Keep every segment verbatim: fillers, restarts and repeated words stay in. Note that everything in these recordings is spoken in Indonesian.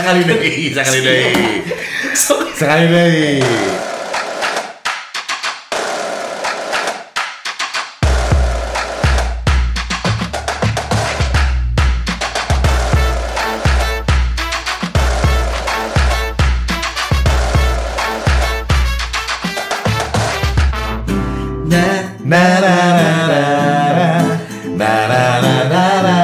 sekali deh, sekali deh. Sekali deh. Na na na na na na na na na.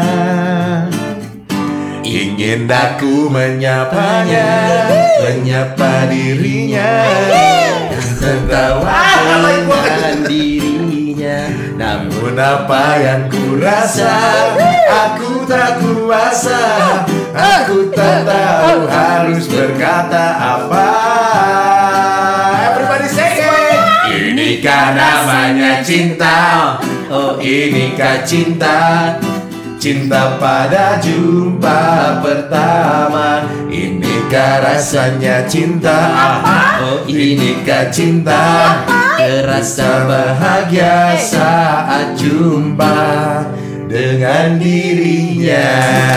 Ingin aku menyapanya, menyapa dirinya, tertawa dengan dirinya. Namun apa yang ku rasa, aku tak kuasa, aku tak tahu harus berkata apa. Everybody say it. Inikah namanya cinta? Oh, inikah cinta? Cinta pada jumpa pertama. Inikah rasanya cinta? Oh, inikah cinta? Terasa bahagia saat jumpa dengan dirinya.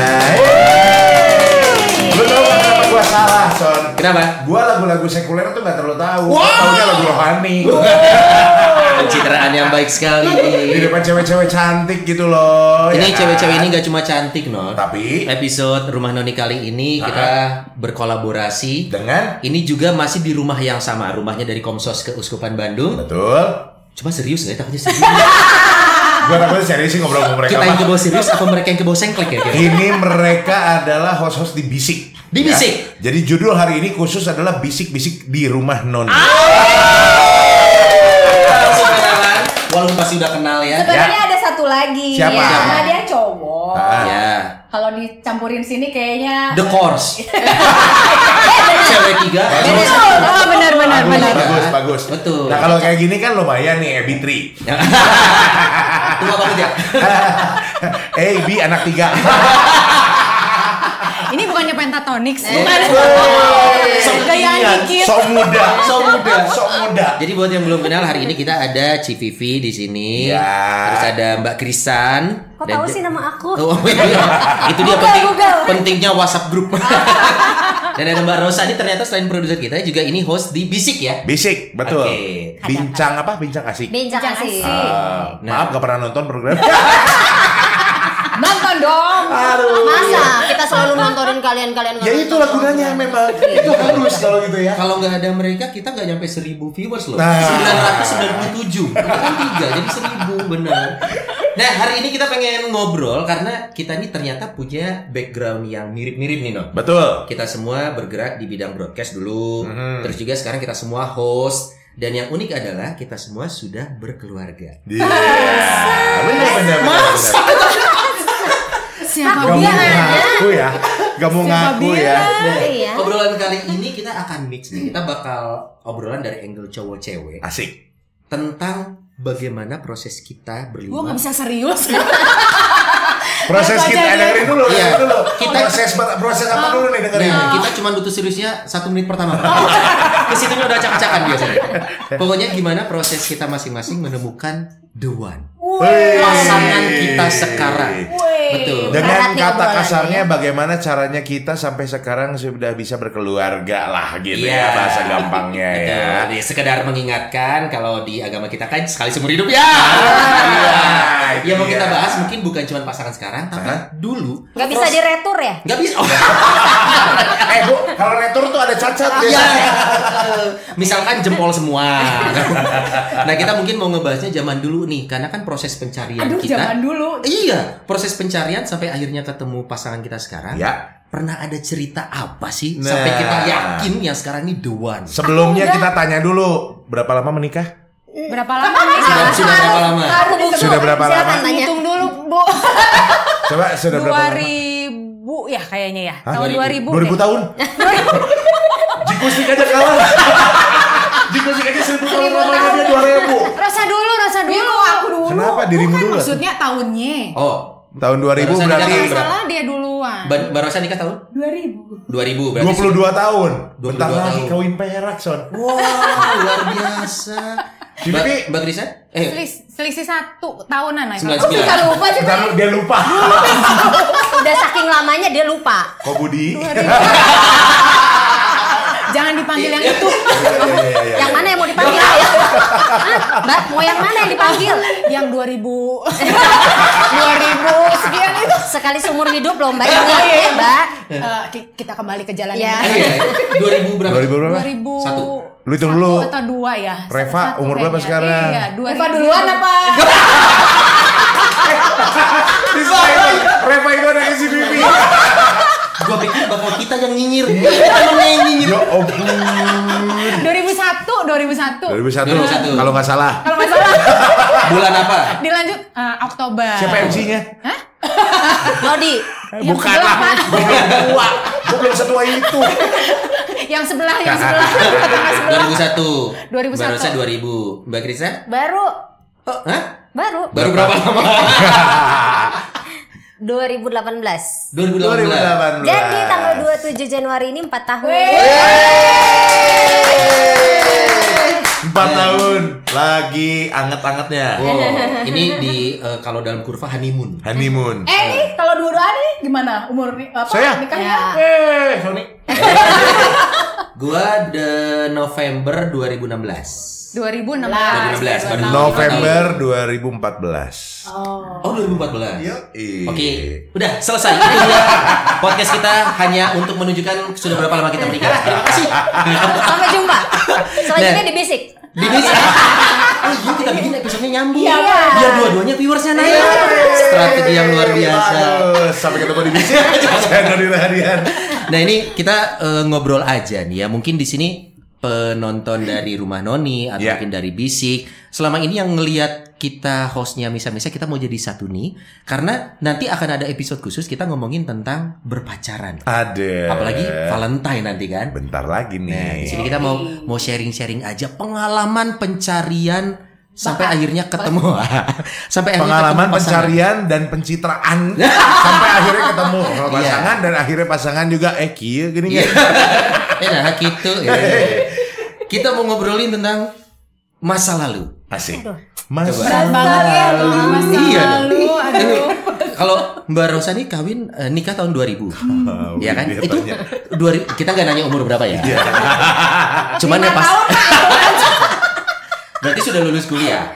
Lu tau gak kenapa gua salah, Son? Kenapa? Gua lagu-lagu sekuler tuh gak terlalu tahu. Wow. Taunya lagu rohani. Pencitraan yang baik sekali. Di depan cewek-cewek cantik gitu loh. Ini ya cewek-cewek kan? ini gak cuma cantik, no. Tapi episode Rumah Noni kali ini kita berkolaborasi dengan ini juga masih di rumah yang sama, rumahnya dari Komsos Keuskupan Bandung. betul. Coba serius gak ya? Takutnya serius. Gua takutnya serius sih ngobrol sama mereka. Kita yang mah. ke bawah serius apa mereka yang ke bawah sengklek ya? Kira-kira? Ini mereka adalah host-host di Bisik. Di Bisik? Ya. Jadi judul hari ini khusus adalah Bisik-Bisik di Rumah Noni. Walaupun pasti udah kenal ya. Sebenarnya Ya. ada satu lagi. Siapa? Ya, Siapa? karena dia cowok. Ah. Ya. Kalau dicampurin sini kayaknya The Course. Cewek tiga. Bagus. Oh, benar benar Bagus, benar. bagus, bagus. Betul. Nah kalau kayak gini kan lumayan nih, Ebi Tri. Tua banget ya. Eh, Bi anak tiga. Ini bukannya Pentatonix, Eh. bukan? Sok Gayaan kekinian. dikit. Sok muda. Sok muda. Sok muda. Jadi buat yang belum kenal, hari ini kita ada Ci Vivi di sini. Ya. Terus ada Mbak Krisan. Kok Dan- tahu sih nama aku? Oh, iya. Itu dia Google, penting, Google. pentingnya WhatsApp group. Dan ada Mbak Rosa, ini ternyata selain produser kita juga ini host di Bisik ya. Bisik, betul. Oke. Bincang apa? Bincang asik. Bincang kasih. Ah, Nah. Maaf gak pernah nonton program. Nonton dong. Aduh. Masa kita selalu nontonin kalian-kalian? Ya itulah gunanya memang. Itu harus kalau gitu ya. Kalau nggak ada mereka, kita nggak nyampe seribu viewers loh. Nah. sembilan ratus sembilan puluh tujuh. Itu kan tiga, jadi seribu benar. Nah, hari ini kita pengen ngobrol karena kita ini ternyata punya background yang mirip-mirip nih, No. Betul. Kita semua bergerak di bidang broadcast dulu. Mhm. Terus juga sekarang kita semua host. Dan yang unik adalah kita semua sudah berkeluarga. Iya. Benar benar benar. Siapa Gak mau bilang? ngaku ya. Gak mau ngaku ya. Nah, Iya. obrolan kali ini kita akan mix nih. Kita bakal obrolan dari angle cowok cewek Asik. tentang bagaimana proses kita Gue berlima. gak bisa serius. Proses Baca kita aja dengerin dulu, Iya. dengerin dulu. Kita- proses proses apa dulu nih dengerin. Nah, kita cuma butuh seriusnya satu menit pertama. Ke situnya udah acak-acakan biasanya. Pokoknya gimana proses kita masing-masing menemukan the one. Wih. Pasangan kita sekarang. Betul. Dengan Berat nih kata obrolannya. kasarnya bagaimana caranya kita sampai sekarang sudah bisa berkeluarga lah gitu Iya. ya bahasa gampangnya ya. Betul. Nih, sekedar mengingatkan kalau di agama kita kan sekali seumur hidup ya. Ah, Iya. Ya mau iya. kita bahas mungkin bukan cuma pasangan sekarang, tapi Hah? dulu Gak bisa diretur ya? nggak bisa. Oh. Eh Bu, kalau retur tuh ada cacat Iya. biasanya. Misalkan jempol semua. Nah, kita mungkin mau ngebahasnya zaman dulu nih, karena kan proses pencarian Aduh, kita. zaman dulu. Iya, proses pencarian sampai akhirnya ketemu pasangan kita sekarang. Ya. Pernah ada cerita apa sih Nah. sampai kita yakin yang sekarang ini the one? Sebelumnya kita tanya dulu, berapa lama menikah? Berapa lama nih? Sudah, sudah berapa lama? Sudah berapa lama? Silakan tanya. Hitung dulu, Bu. Coba sudah berapa dua lama? ribu ya kayaknya ya. Hah? Tahun dua ribu. dua ribu deh. tahun? Jikustik aja kalah. Jikustik aja seribu tahun lamanya dia dua ribu. Rasa dulu, rasa dulu. aku dulu. Kenapa dirimu Bukan, dulu? maksudnya tahunnya. Oh, Tahun dua ribu Barusan berarti nikah tahun Salah dia duluan. Ba- Barusan nikah tahun? dua ribu. dua ribu berarti. dua puluh dua tahun. dua puluh dua Bentar lagi tahun. kawin perak, Son. Wow, luar biasa. Mbak, Cipi. Mbak Krisa? Eh, Selis- selisih satu tahunan aja. sembilan Kok sembilan. bisa lupa sih? Bentar, dia lupa. Udah saking lamanya dia lupa. Kok Budi? Jangan dipanggil yang itu. Yang mana yang mau dipanggil ya? Hah? Mbak, mau yang mana yang dipanggil? Yang dua ribu dua ribu sekian itu. Sekali seumur hidup loh Mbak. Ingat ya Mbak. Eh, ki- kita kembali ke jalan Ya. yang Iya, dua ribu berapa? dua ribu berapa? dua ribu Satu. Lu hitung dulu. atau dua ya. Reva, Satu umur berapa kayaknya. sekarang? Iya, dua Reva ribu. duluan apa? Reva itu anaknya si Bibi. Gua pikir bakal kita yang nyinyir. Temennya yang nyinyir. Ya ampun. dua ribu satu dua ribu satu dua ribu satu dua ribu satu. kalau nggak salah. Kalau nggak salah. Bulan apa? Dilanjut eh, Oktober. Siapa M C-nya? Nodi. Yang Bukan sebelah, lah. Pak. Gue belum tua. Gue belum setua itu. Yang sebelah, yang sebelah. Tetangga sebelah. dua ribu satu. dua ribu satu. Mbak Rosa dua ribu. Mbak Krisa? Baru. Oh, hah? Baru. Baru berapa lama? dua ribu delapan belas. dua ribu dua ribu delapan belas. delapan belas. Jadi tanggal dua puluh tujuh Januari ini empat tahun. Empat tahun lagi anget-angetnya. Wow, ini di eh, kalau dalam kurva honeymoon. Honeymoon. Eh nih kalau dua-dua nih gimana umur ni- apa Saya? nikahnya? Eh, Sony. Gua de November dua ribu enam belas. dua ribu enam dua ribu belas. enam belas. baru November dua ribu empat belas. Oh. Oh, dua ribu empat belas. Iya. Oke, udah selesai. Itu dia podcast kita hanya untuk menunjukkan sudah berapa lama kita menikah. Terima kasih. Sampai jumpa. Selanjutnya Nah. di Bisik. Di bisa. Oh iya, kita bikin episodenya nyambung. Iya. Biar dua-duanya viewersnya naik. Strategi yang luar biasa. Aduh, sampai ketemu di bisnis. Saya Nodi Rahadian. Nah ini kita eh, ngobrol aja nih ya. Mungkin di sini penonton dari Rumah Noni atau Ya. mungkin dari Bisik. Selama ini yang ngelihat kita hostnya misa-misa, kita mau jadi satu nih. Karena nanti akan ada episode khusus kita ngomongin tentang berpacaran. Ada. Apalagi Valentine nanti kan. Bentar lagi nih. Nah, di sini kita mau mau sharing-sharing aja pengalaman pencarian sampai akhirnya ketemu. sampai akhirnya Pengalaman ketemu pasangan. pencarian dan pencitraan sampai akhirnya ketemu sama Iya. pasangan dan akhirnya pasangan juga eh kieu gini Iya. kan. Nah, gitu. Ya. Kita mau ngobrolin tentang masa lalu. Asik. Berat Masa banget ya. Masa Iya. lalu. Aduh. Kalau Mbak Rosa nih kawin eh, nikah tahun dua ribu. Ah, Iya kan? dia Itu tanya. dua ribu, kita nggak nanya umur berapa ya. Iya. Cuman ya Lima pas tahun, Pak. berarti sudah lulus kuliah.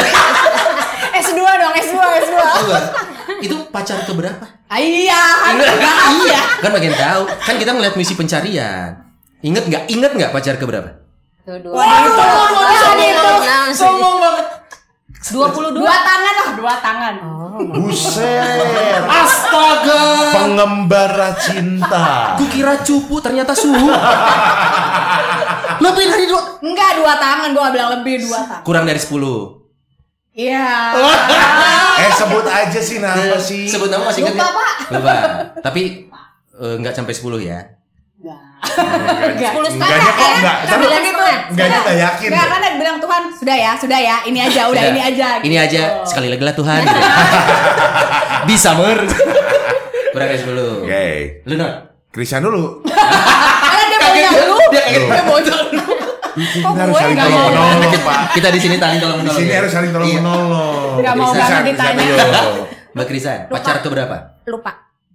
S dua dong, S dua, S dua. Itu pacar ke berapa? Ah, Iya. Iya. Kan bagian tahu. Kan kita ngeliat misi pencarian. Ingat nggak? Ingat nggak pacar ke berapa? Tuh, dua. Sombong itu. Sombong banget. dua puluh dua. Dua tangan lah, dua tangan. Buset. Astaga. Pengembara cinta. Kukira cupu ternyata suhu. Lebih dari dua. Enggak, dua tangan. Gua bilang lebih dua tangan. Kurang dari sepuluh. Iya. Eh sebut aja sih nama sih. Sebut nama masih ingat Lupa, nggak? Pak. Lupa. Tapi eh, nggak sampai sepuluh ya. Enggak. sepuluh Enggaknya setengah. kok enggak. Kan bilang gitu. Enggaknya enggak yakin. Enggak, karena bilang Tuhan, sudah ya, sudah ya, ini aja, udah Sudah. ini aja. Ini gitu. aja sekali lagi lah Tuhan. Gitu. Bisa mer. Kurang dari sepuluh. Oke. Lu Not? Christian dulu. Karena dia maunya lu. Dia kaget. Lu. Dia maunya lu. Kita harus gue saling nggak tolong mau? menolong, Pak. Kita di sini saling tolong Di menolong. sini ya? harus saling tolong Iya. menolong. Nggak mau Bisa, banget bisa, ditanya. bisa, ayo. Mbak Krisan, pacar ke berapa? Lupa.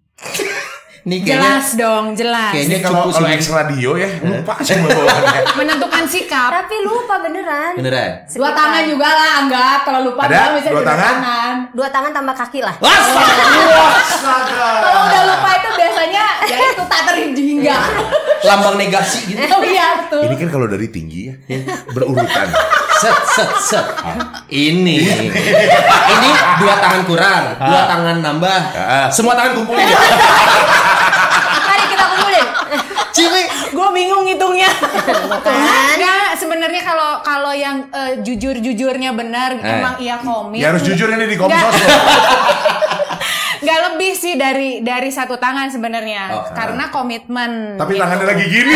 Nih kayaknya Jelas dong, jelas. Kayaknya Ini kalau cukup kalau sih. ex radio ya lupa sih bawaannya. Menentukan sikap. Tapi lupa beneran. beneran. Dua tangan juga lah, anggap. Kalau lupa Ada? doang bisa Dua dua tangan? tangan. Dua tangan tambah kaki lah. Kalau udah lupa itu biasanya ya itu tak terhingga. Lambang negasi gitu. Oh iya betul. Ini kan kalau dari tinggi ya berurutan. Set set set. Ini. Ini dua tangan kurang, dua tangan nambah. Ah. Semua tangan kumpulin. Mari kita kumpulin. Cimi. Gue bingung hitungnya. Kan? Nggak, sebenarnya kalau kalau yang eh, jujur-jujurnya benar, Eh. emang iya komit. Ya harus jujur ini di Komsos loh. Nggak lebih sih dari dari satu tangan sebenarnya, Oh, karena komitmen. Tapi gitu. tangannya lagi gini.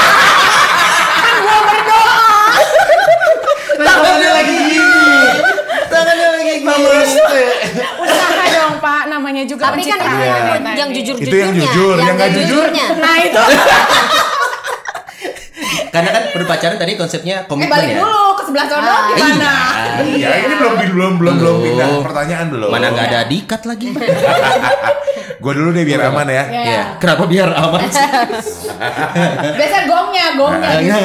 Tangannya lagi gini. Tangannya lagi gini. Usaha dong Pak, namanya juga Tapi kan itu pencitraan yang, ya, yang tadi. jujur Itu yang jujur, yang nggak jujur. Nah itu Karena kan berpacaran tadi konsepnya Eh komitmen balik ya. dulu ke sebelah sono Ah. gimana? Iya, ini belum belum belum belum Belum. pindah pertanyaan belum. Mana nggak ada dikat lagi. Gue dulu deh biar aman ya. Iya. Ya, kenapa biar aman sih? Biasa gongnya, gongnya gitu.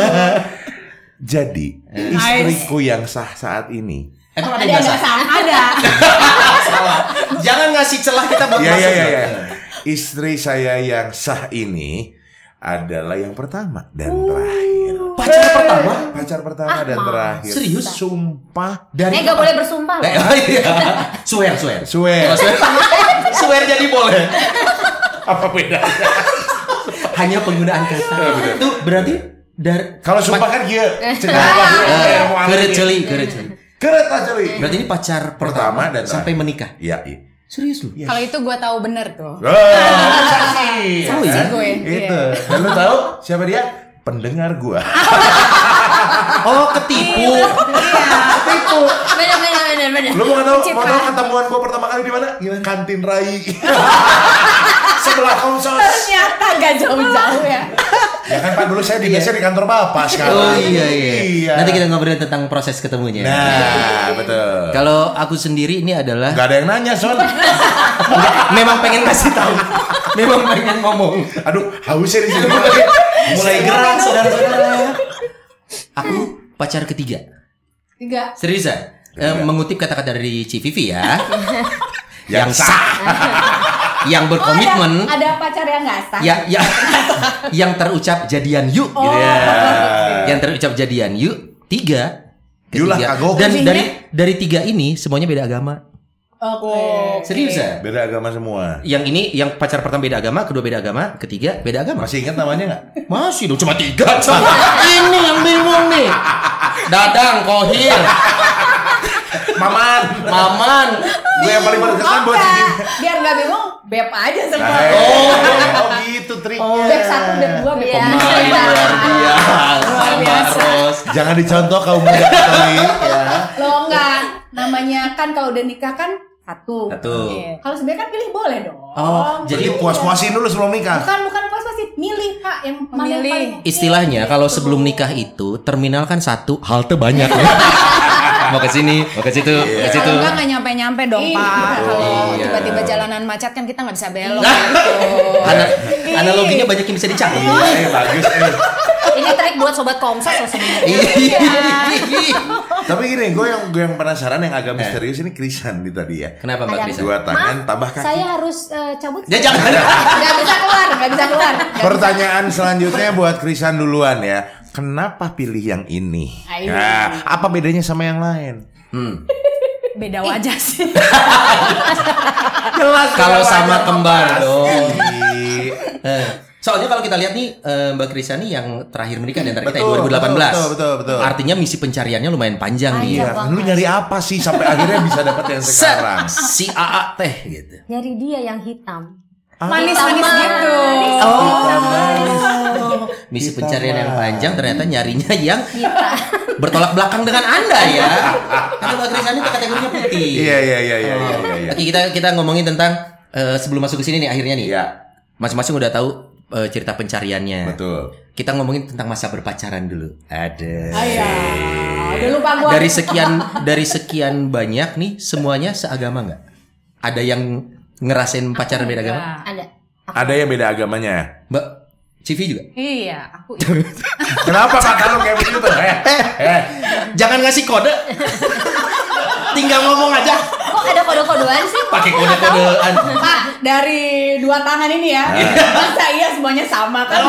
Jadi istriku yang sah saat ini. Emang ada Ada yang yang nggak nggak sah? sah? Ada. Salah. Jangan ngasih celah kita buat Iya masuk. iya iya. Istri saya yang sah ini adalah yang pertama dan terakhir. Pacar pertama? Pacar pertama Ah, dan Mas. terakhir. Serius? Sumpah Dari Eh gak boleh bersumpah loh. Eh, oh iya. Swear, swear. Swear. Kalau swear, swear jadi boleh. Apa bedanya? Hanya penggunaan kata. Itu berarti dari Kalau sumpah kan dia cenah keret celi, keret celi. Keret aja li. Berarti ini pacar pertama, Pertama dan sampai menikah. Iya, iya. Serius lu? Kalau itu gue tahu bener tuh. Oh, saksi. Tahu ya? gue. Itu. Dan lu tahu siapa dia? Pendengar gua. Oh, ketipu. Ketipu. Bener bener bener bener. Lu mau tahu Citra. mau tahu ketemuan gua pertama kali di mana? Kantin Rai. Sebelah Komsos. Ternyata gak jauh-jauh ya. Ya kan Pak, dulu saya di biasa di kantor Bapak sekarang. Oh iya, iya Iya. Nanti kita ngobrolin tentang proses ketemunya. Nah, betul. Kalau aku sendiri ini adalah Gak ada yang nanya, Son. Enggak, memang pengen kasih tahu. Memang pengen ngomong. Aduh, hausnya di sini. Mulai gerah, saudara-saudara. Aku pacar ketiga. Tiga. Serius ya? Eh, mengutip kata-kata dari C V V ya. Yang yang sah. Yang berkomitmen. Oh, ada, ada pacar yang nggak sah. Ya, ya, yang terucap jadian yuk, Oh. gitu ya. Ya. Yang terucap jadian yuk, tiga, Yulah, ketiga. kagok. Dan Kuncinya? dari dari tiga ini semuanya beda agama. Oke. Serius ya? Beda agama semua. Yang ini, yang pacar pertama beda agama, kedua beda agama, ketiga beda agama. Masih ingat namanya nggak? Masih dong, cuma tiga. Coba. Ini yang bingung nih. Dadang, Kohir, Maman. Maman. Gue yang paling berkesan buat Enggak. sini. Biar nggak bingung, beb aja semua. Oh, oh gitu triknya. Beb satu, beb dua, beb Iya. tiga. Luar biasa, Mbak Ros. Jangan dicontoh kaum muda kali ya. Lo enggak, namanya kan kalau udah nikah kan satu. Satu. Iya. Kalau sebenarnya kan pilih boleh dong. Oh, Jadi jadi puas-puasin dulu sebelum nikah. bukan bukan puas puasin, milih kak yang mana yang Memilih. paling. istilahnya Iya, kalau gitu. sebelum nikah itu terminal kan satu, halte banyak ya. Mau ke sini, mau ke situ, ke situ. Kalau enggak nggak nyampe-nyampe dong Iya. Pak. Kalau Iya. tiba-tiba jalanan macet kan kita nggak bisa belok. Ana- analoginya banyak yang bisa dicari. Eh, bagus. Eh. Ini trik buat sobat Komsos loh sebenarnya. Tapi gini, gue yang gue yang penasaran yang agak misterius ini Krisan di tadi ya. Kenapa Mbak Ada- Krisa? Dua tangan tambah kaki. Saya harus eh, cabut. Ya jangan. Nggak bisa keluar, nggak bisa keluar. Nggak Pertanyaan selanjutnya buat Krisan duluan ya. Kenapa pilih yang ini? Ayo. Nah, apa bedanya sama yang lain? Hmm. Beda wajah sih. Jelas. Kalau sama kembar dong. Ih. Eh, Soalnya kalau kita lihat nih eh, Mbak Krisa nih yang terakhir menikah di antara kita Betul, dua ribu delapan belas. betul, betul, betul. Artinya misi pencariannya lumayan panjang nih. Iya, lu nyari apa sih sampai akhirnya bisa dapat yang Set, sekarang? si A A teh gitu. Nyari dia yang hitam. Manis-manis gitu. Oh. Misi pencarian yang panjang ternyata nyarinya yang bertolak belakang dengan Anda ya. Karena Mbak Krisa ini kategorinya putih. Iya, iya, iya, iya, iya, iya, iya. Oke, kita kita ngomongin tentang eh, sebelum masuk ke sini nih akhirnya nih. Iya, Masing-masing udah tahu eh, cerita pencariannya. betul. Kita ngomongin tentang masa berpacaran dulu. Ada. Ayah, udah lupa gua. Dari sekian dari sekian banyak nih semuanya seagama nggak? Ada yang ngerasain pacaran beda agama? Ada. Ada yang beda agamanya. Mbak Civi juga? Iya, aku Kenapa mata lu kayak begitu? Eh, eh. Jangan ngasih kode. Tinggal ngomong aja. Kok ada kode-kodean sih? Pakai kode-kodean. Pak, dari dua tangan ini ya, masa iya semuanya sama kan?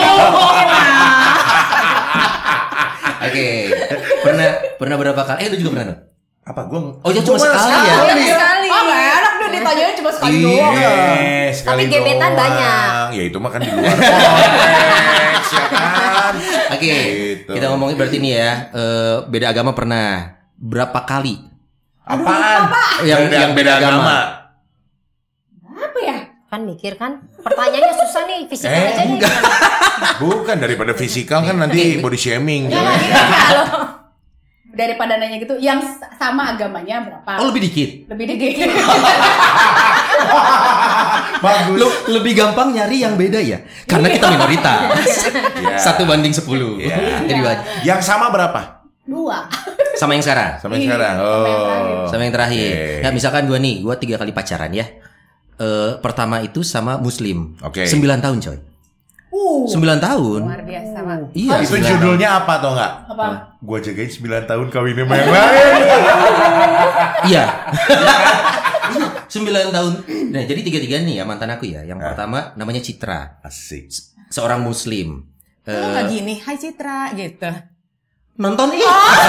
Oke. Pernah pernah berapa kali? Eh lu juga pernah? No? Apa gua? Oh, ya cuma Gua sekali sekali. ya? Oh, sekali. Oh, nggak enak deh ditanyanya cuma sekali Iya. doang. Eh, sekali Tapi gebetan doang. banyak. Ya itu mah kan di luar konteks, ya kan? Oke. Gitu. Kita ngomongin berarti nih ya, eh, beda agama pernah. Berapa kali? Apaan? Yang Beda- yang beda agama. Apa ya? Kan mikir kan. Pertanyaannya susah nih, fisikal Eh, aja nih. Bukan daripada fisikal kan nanti body shaming. Ya nggak gitu kalau daripada nanya gitu, yang s- sama agamanya berapa? Oh lebih dikit. Lebih dikit. Bagus. Lu lebih gampang nyari yang beda ya, karena kita minoritas. Iya. Satu banding sepuluh. Iya. Jadi wajar. Yang sama berapa? Dua. Sama yang sekarang. Sama yang sekarang. Oh. Sama yang terakhir. Oke. Nah, misalkan gua nih, gua tiga kali pacaran ya. Eh, pertama itu sama Muslim. Oke. Sembilan tahun coy. Uh. Sembilan tahun. Luar biasa, Pak. Iya. Itu sembilan judulnya apa tau nggak? Apa? Gua jagain sembilan tahun kawin sama yang lain. Iya. Sembilan tahun. Nah, jadi tiga-tiga nih ya mantan aku ya. Yang Ah. pertama namanya Citra, Asik. seorang Muslim. Lu Eh, nggak gini, Hai Citra gitu. nonton ih.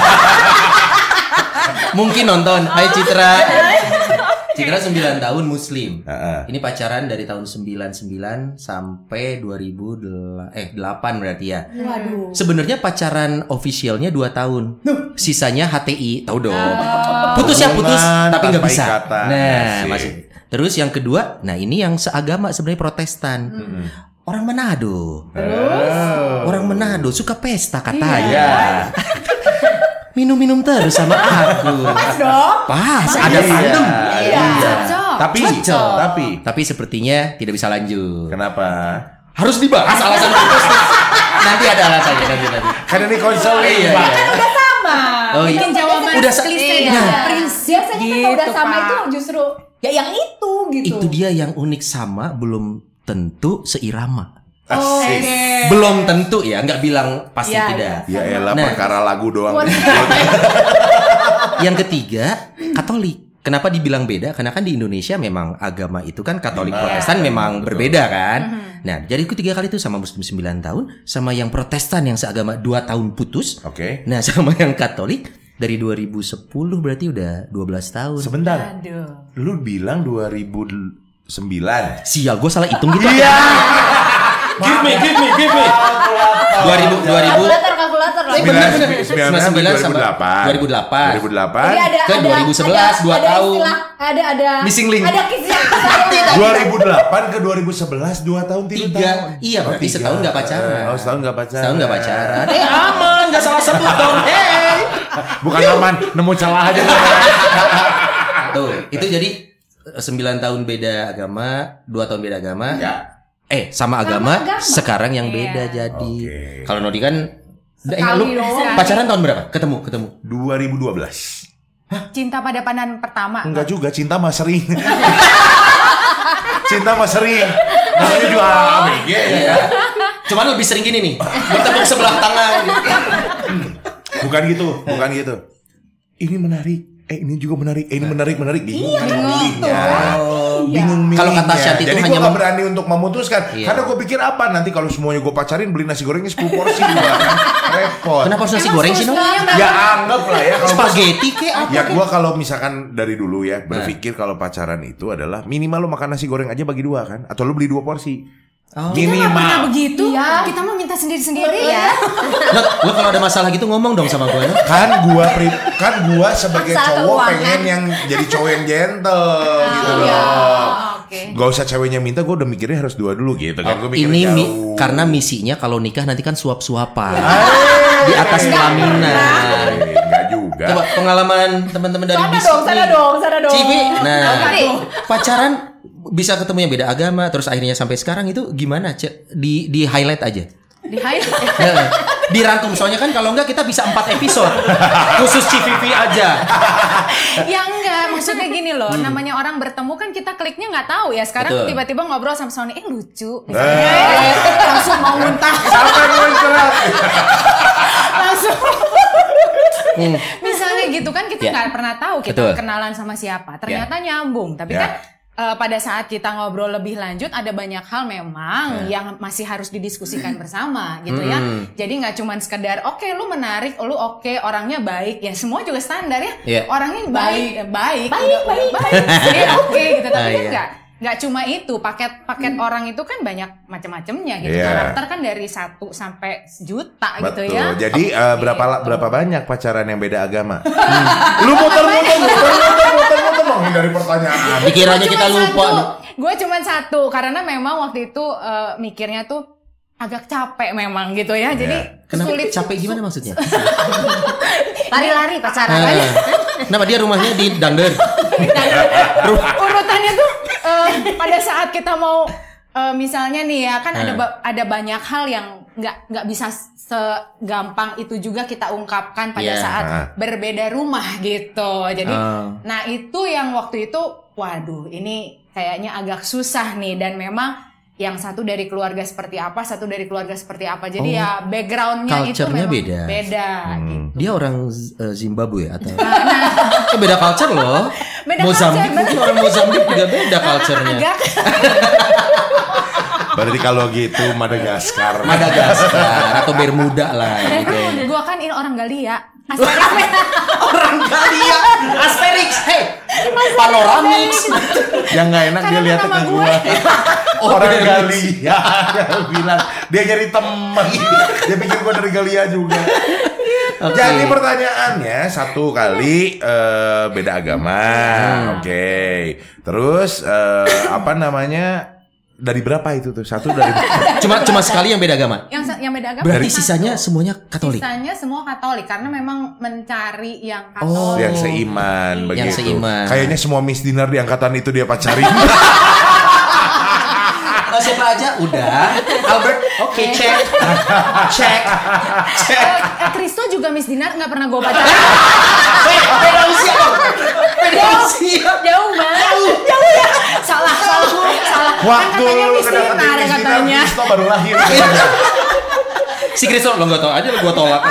Mungkin nonton. Hai Citra. Citra sembilan tahun Muslim. Heeh. Ini pacaran dari tahun sembilan puluh sembilan sampai dua ribu delapan berarti ya. Waduh. Sebenarnya pacaran officialnya dua tahun. Sisanya H T I, tahu dong. Putus ya putus, Hubungan tapi nggak tanpa bisa. ikatan. Nah, Asik. masih. Terus yang kedua, nah ini yang seagama sebenarnya Protestan. Orang Manado. Oh. Orang Manado suka pesta katanya. Iya. Minum-minum terus sama aku. Pas dong. Pas, ada Iya. tandem. Iya. Cocok. Tapi, Cocok. tapi, Tapi sepertinya tidak bisa lanjut. kenapa? Harus dibahas alasan putus. Nanti ada alasannya nanti nanti. Karena ini konseling, Iya, Pak. iya. Udah sama. Oh, iya. Bikin jawaban Udah sa- klise Iya. dan prinsip. Biasanya Gitu, kalau udah sama Pak. itu justru ya yang itu gitu. Itu dia yang unik sama belum tentu seirama. Asik. Belum tentu ya, nggak bilang pasti Iya, tidak. Ya elah Nah. perkara lagu doang. Yang ketiga, Katolik. Kenapa dibilang beda? Karena kan di Indonesia memang agama itu kan Katolik Iya. Protestan memang berbeda kan. Nah, jadi ketiga kali itu sama Muslim sembilan tahun, sama yang Protestan yang seagama dua tahun putus. Oke. Nah, sama yang Katolik dari dua ribu sepuluh berarti udah dua belas tahun. Sebentar. Aduh. Lu bilang dua ribu sembilan. Sial, gue salah hitung gitu. Iya. Give me, give me, give me. dua ribu, dua ribu. Kalkulator, kalkulator lah. Eh, bener, bener. sembilan sembilan puluh sembilan sampai dua ribu delapan. dua ribu delapan. dua ribu delapan. Jadi ada, Ke ada, dua ribu sebelas, ada, dua ada tahun. istilah, ada ada Missing link. Ada kisah. dua ribu delapan ke dua ribu sebelas dua tahun tiga Tiga. tahun. Iya, berarti tiga. setahun nggak pacaran. Oh, setahun nggak pacaran. Setahun nggak pacaran. Eh aman, nggak salah sebut dong. Hey. Bukan aman, nemu celah aja. Tuh, itu jadi eh, sembilan tahun beda agama, dua tahun beda agama. Ya. Eh, sama agama, agama. sekarang yang Iya. beda jadi. Oke. Kalau Nodi kan eh, Sekali lu doang. pacaran tahun berapa? Ketemu, ketemu. dua ribu dua belas. Cinta pada pandangan pertama. Enggak juga, cinta mah sering. Cinta mah sering. Namanya juga A B G ya. Cuman lebih sering gini nih, bertepuk sebelah tangan. Bukan gitu, bukan gitu. Ini menarik. Eh ini juga menarik. Eh ini menarik, menarik. Bingung kan milihnya. Bingung milihnya. Kalau kata Shanti itu Jadi hanya gue gak mem- berani untuk memutuskan. Iya. Karena gue pikir apa nanti kalau semuanya gue pacarin beli nasi gorengnya sepuluh porsi juga kan. Repot. Kenapa harus nasi goreng sih, Nodi? Ya anggap lah ya kalau gua- Spaghetti kayak apa? Ya gue kalau misalkan dari dulu ya berpikir kalau pacaran itu adalah minimal lo makan nasi goreng aja bagi dua kan, atau lo beli dua porsi. Oh. Minimal. Begitu? Iya. Kita mau minta sendiri-sendiri ya. Lo, lo kalau ada masalah gitu ngomong dong sama gue. Kan gua pri- kan gua sebagai Masalah cowok keuangan. pengen yang jadi cowok yang gentle gitu loh. iya. Oke. Gak usah ceweknya minta, gua udah mikirnya harus dua dulu gitu kan. Gua mikirnya Ini mi- jauh. karena misinya kalau nikah nanti kan suap-suapan Eh, di atas pelaminan. eh, Enggak juga. Coba pengalaman teman-teman dari Sana bisnis dong, sana nih. dong, sana dong. Cibi, nah Aduh. pacaran bisa ketemu yang beda agama, terus akhirnya sampai sekarang itu gimana? Cek di di highlight aja. Di highlight. Nah, dirangkum soalnya kan kalau enggak kita bisa empat episode khusus C V V aja. Ya enggak, maksudnya gini loh, namanya orang bertemu kan kita kliknya nggak tahu ya. Sekarang Betul. tiba-tiba ngobrol sama Sony, eh lucu. Eh, Langsung mau muntah. sampai muncrat. Langsung. Hmm. Misalnya gitu kan kita Ya. nggak pernah tahu kita Betul. kenalan sama siapa. Ternyata nyambung, tapi Ya. kan eh, pada saat kita ngobrol lebih lanjut ada banyak hal memang yang masih harus didiskusikan bersama gitu ya. Hmm. Jadi nggak cuman sekedar oke lu menarik, lu oke orangnya baik ya semua juga standar ya. Ya. Orangnya baik, eh, baik, Baik, udah- udah baik. baik, jadi oke gitu. Tapi Ah, kan iya. nggak nggak cuma itu paket-paket orang itu kan banyak macam-macamnya gitu. Iya. Karakter kan dari satu sampai juta gitu Betul. ya. Jadi eh, berapa Gitu. berapa banyak pacaran yang beda agama? Lu muter-muter, muter-muter, muter-muter menghindari pertanyaan. Dikiranya kita lupa. Gue cuma satu karena memang waktu itu eh, mikirnya tuh agak capek memang gitu ya. Jadi Iya. Kenapa sulit. capek gimana maksudnya? Lari-lari pacaran. Nah, kenapa dia rumahnya di Dangder? Urutannya tuh eh, kita mau uh, misalnya nih ya kan Hmm. ada ba- ada banyak hal yang nggak nggak bisa segampang itu juga kita ungkapkan pada Yeah. saat Ah. berbeda rumah gitu. Jadi, Oh. nah itu yang waktu itu, waduh, ini kayaknya agak susah nih dan memang yang satu dari keluarga seperti apa, satu dari keluarga seperti apa. Jadi Oh. ya backgroundnya itu Culture-nya memang beda. beda Hmm. gitu. Dia orang uh, Zimbabwe atau eh, beda culture loh. Beda Mozambik culture, mungkin orang Mozambik juga beda culture-nya. Agak Berarti kalau gitu Madagaskar. Madagaskar atau Bermuda lah. Gitu. gua kan ini orang Galia. Asterix. Orang Galia, Asterix, hey, Panoramix. Yang nggak enak dia Karena lihatnya nama ke gue. gua. Oh, Orang Beris. Galia dia bilang dia nyari teman. Dia pikir gua dari Galia juga. Oke. Jadi pertanyaannya satu kali eh, beda agama, Hmm. oke. Terus eh, apa namanya? Dari berapa itu tuh? Satu dari Cuma cuma sekali yang beda agama. Yang yang beda agama. Berarti satu. sisanya semuanya Katolik. Sisanya semua Katolik karena memang mencari yang Oh. Katolik. yang seiman Iya. begitu. Yang seiman. Kayaknya semua Miss Dinar di angkatan itu dia pacarin. Oh, siapa aja? Udah. Albert, oke, cek, cek, cek. Eh, eh, Kristo juga Miss Dinar nggak pernah gue pacaran. Eh, beda usia dong. Beda usia. Jauh banget. Jauh ya. Salah, salah, salah. Waktu kan katanya lu Miss kedeketin Dinar Miss Dinar, katanya. Kristo baru lahir. Si Kristo lo nggak tahu aja lo gua tolak.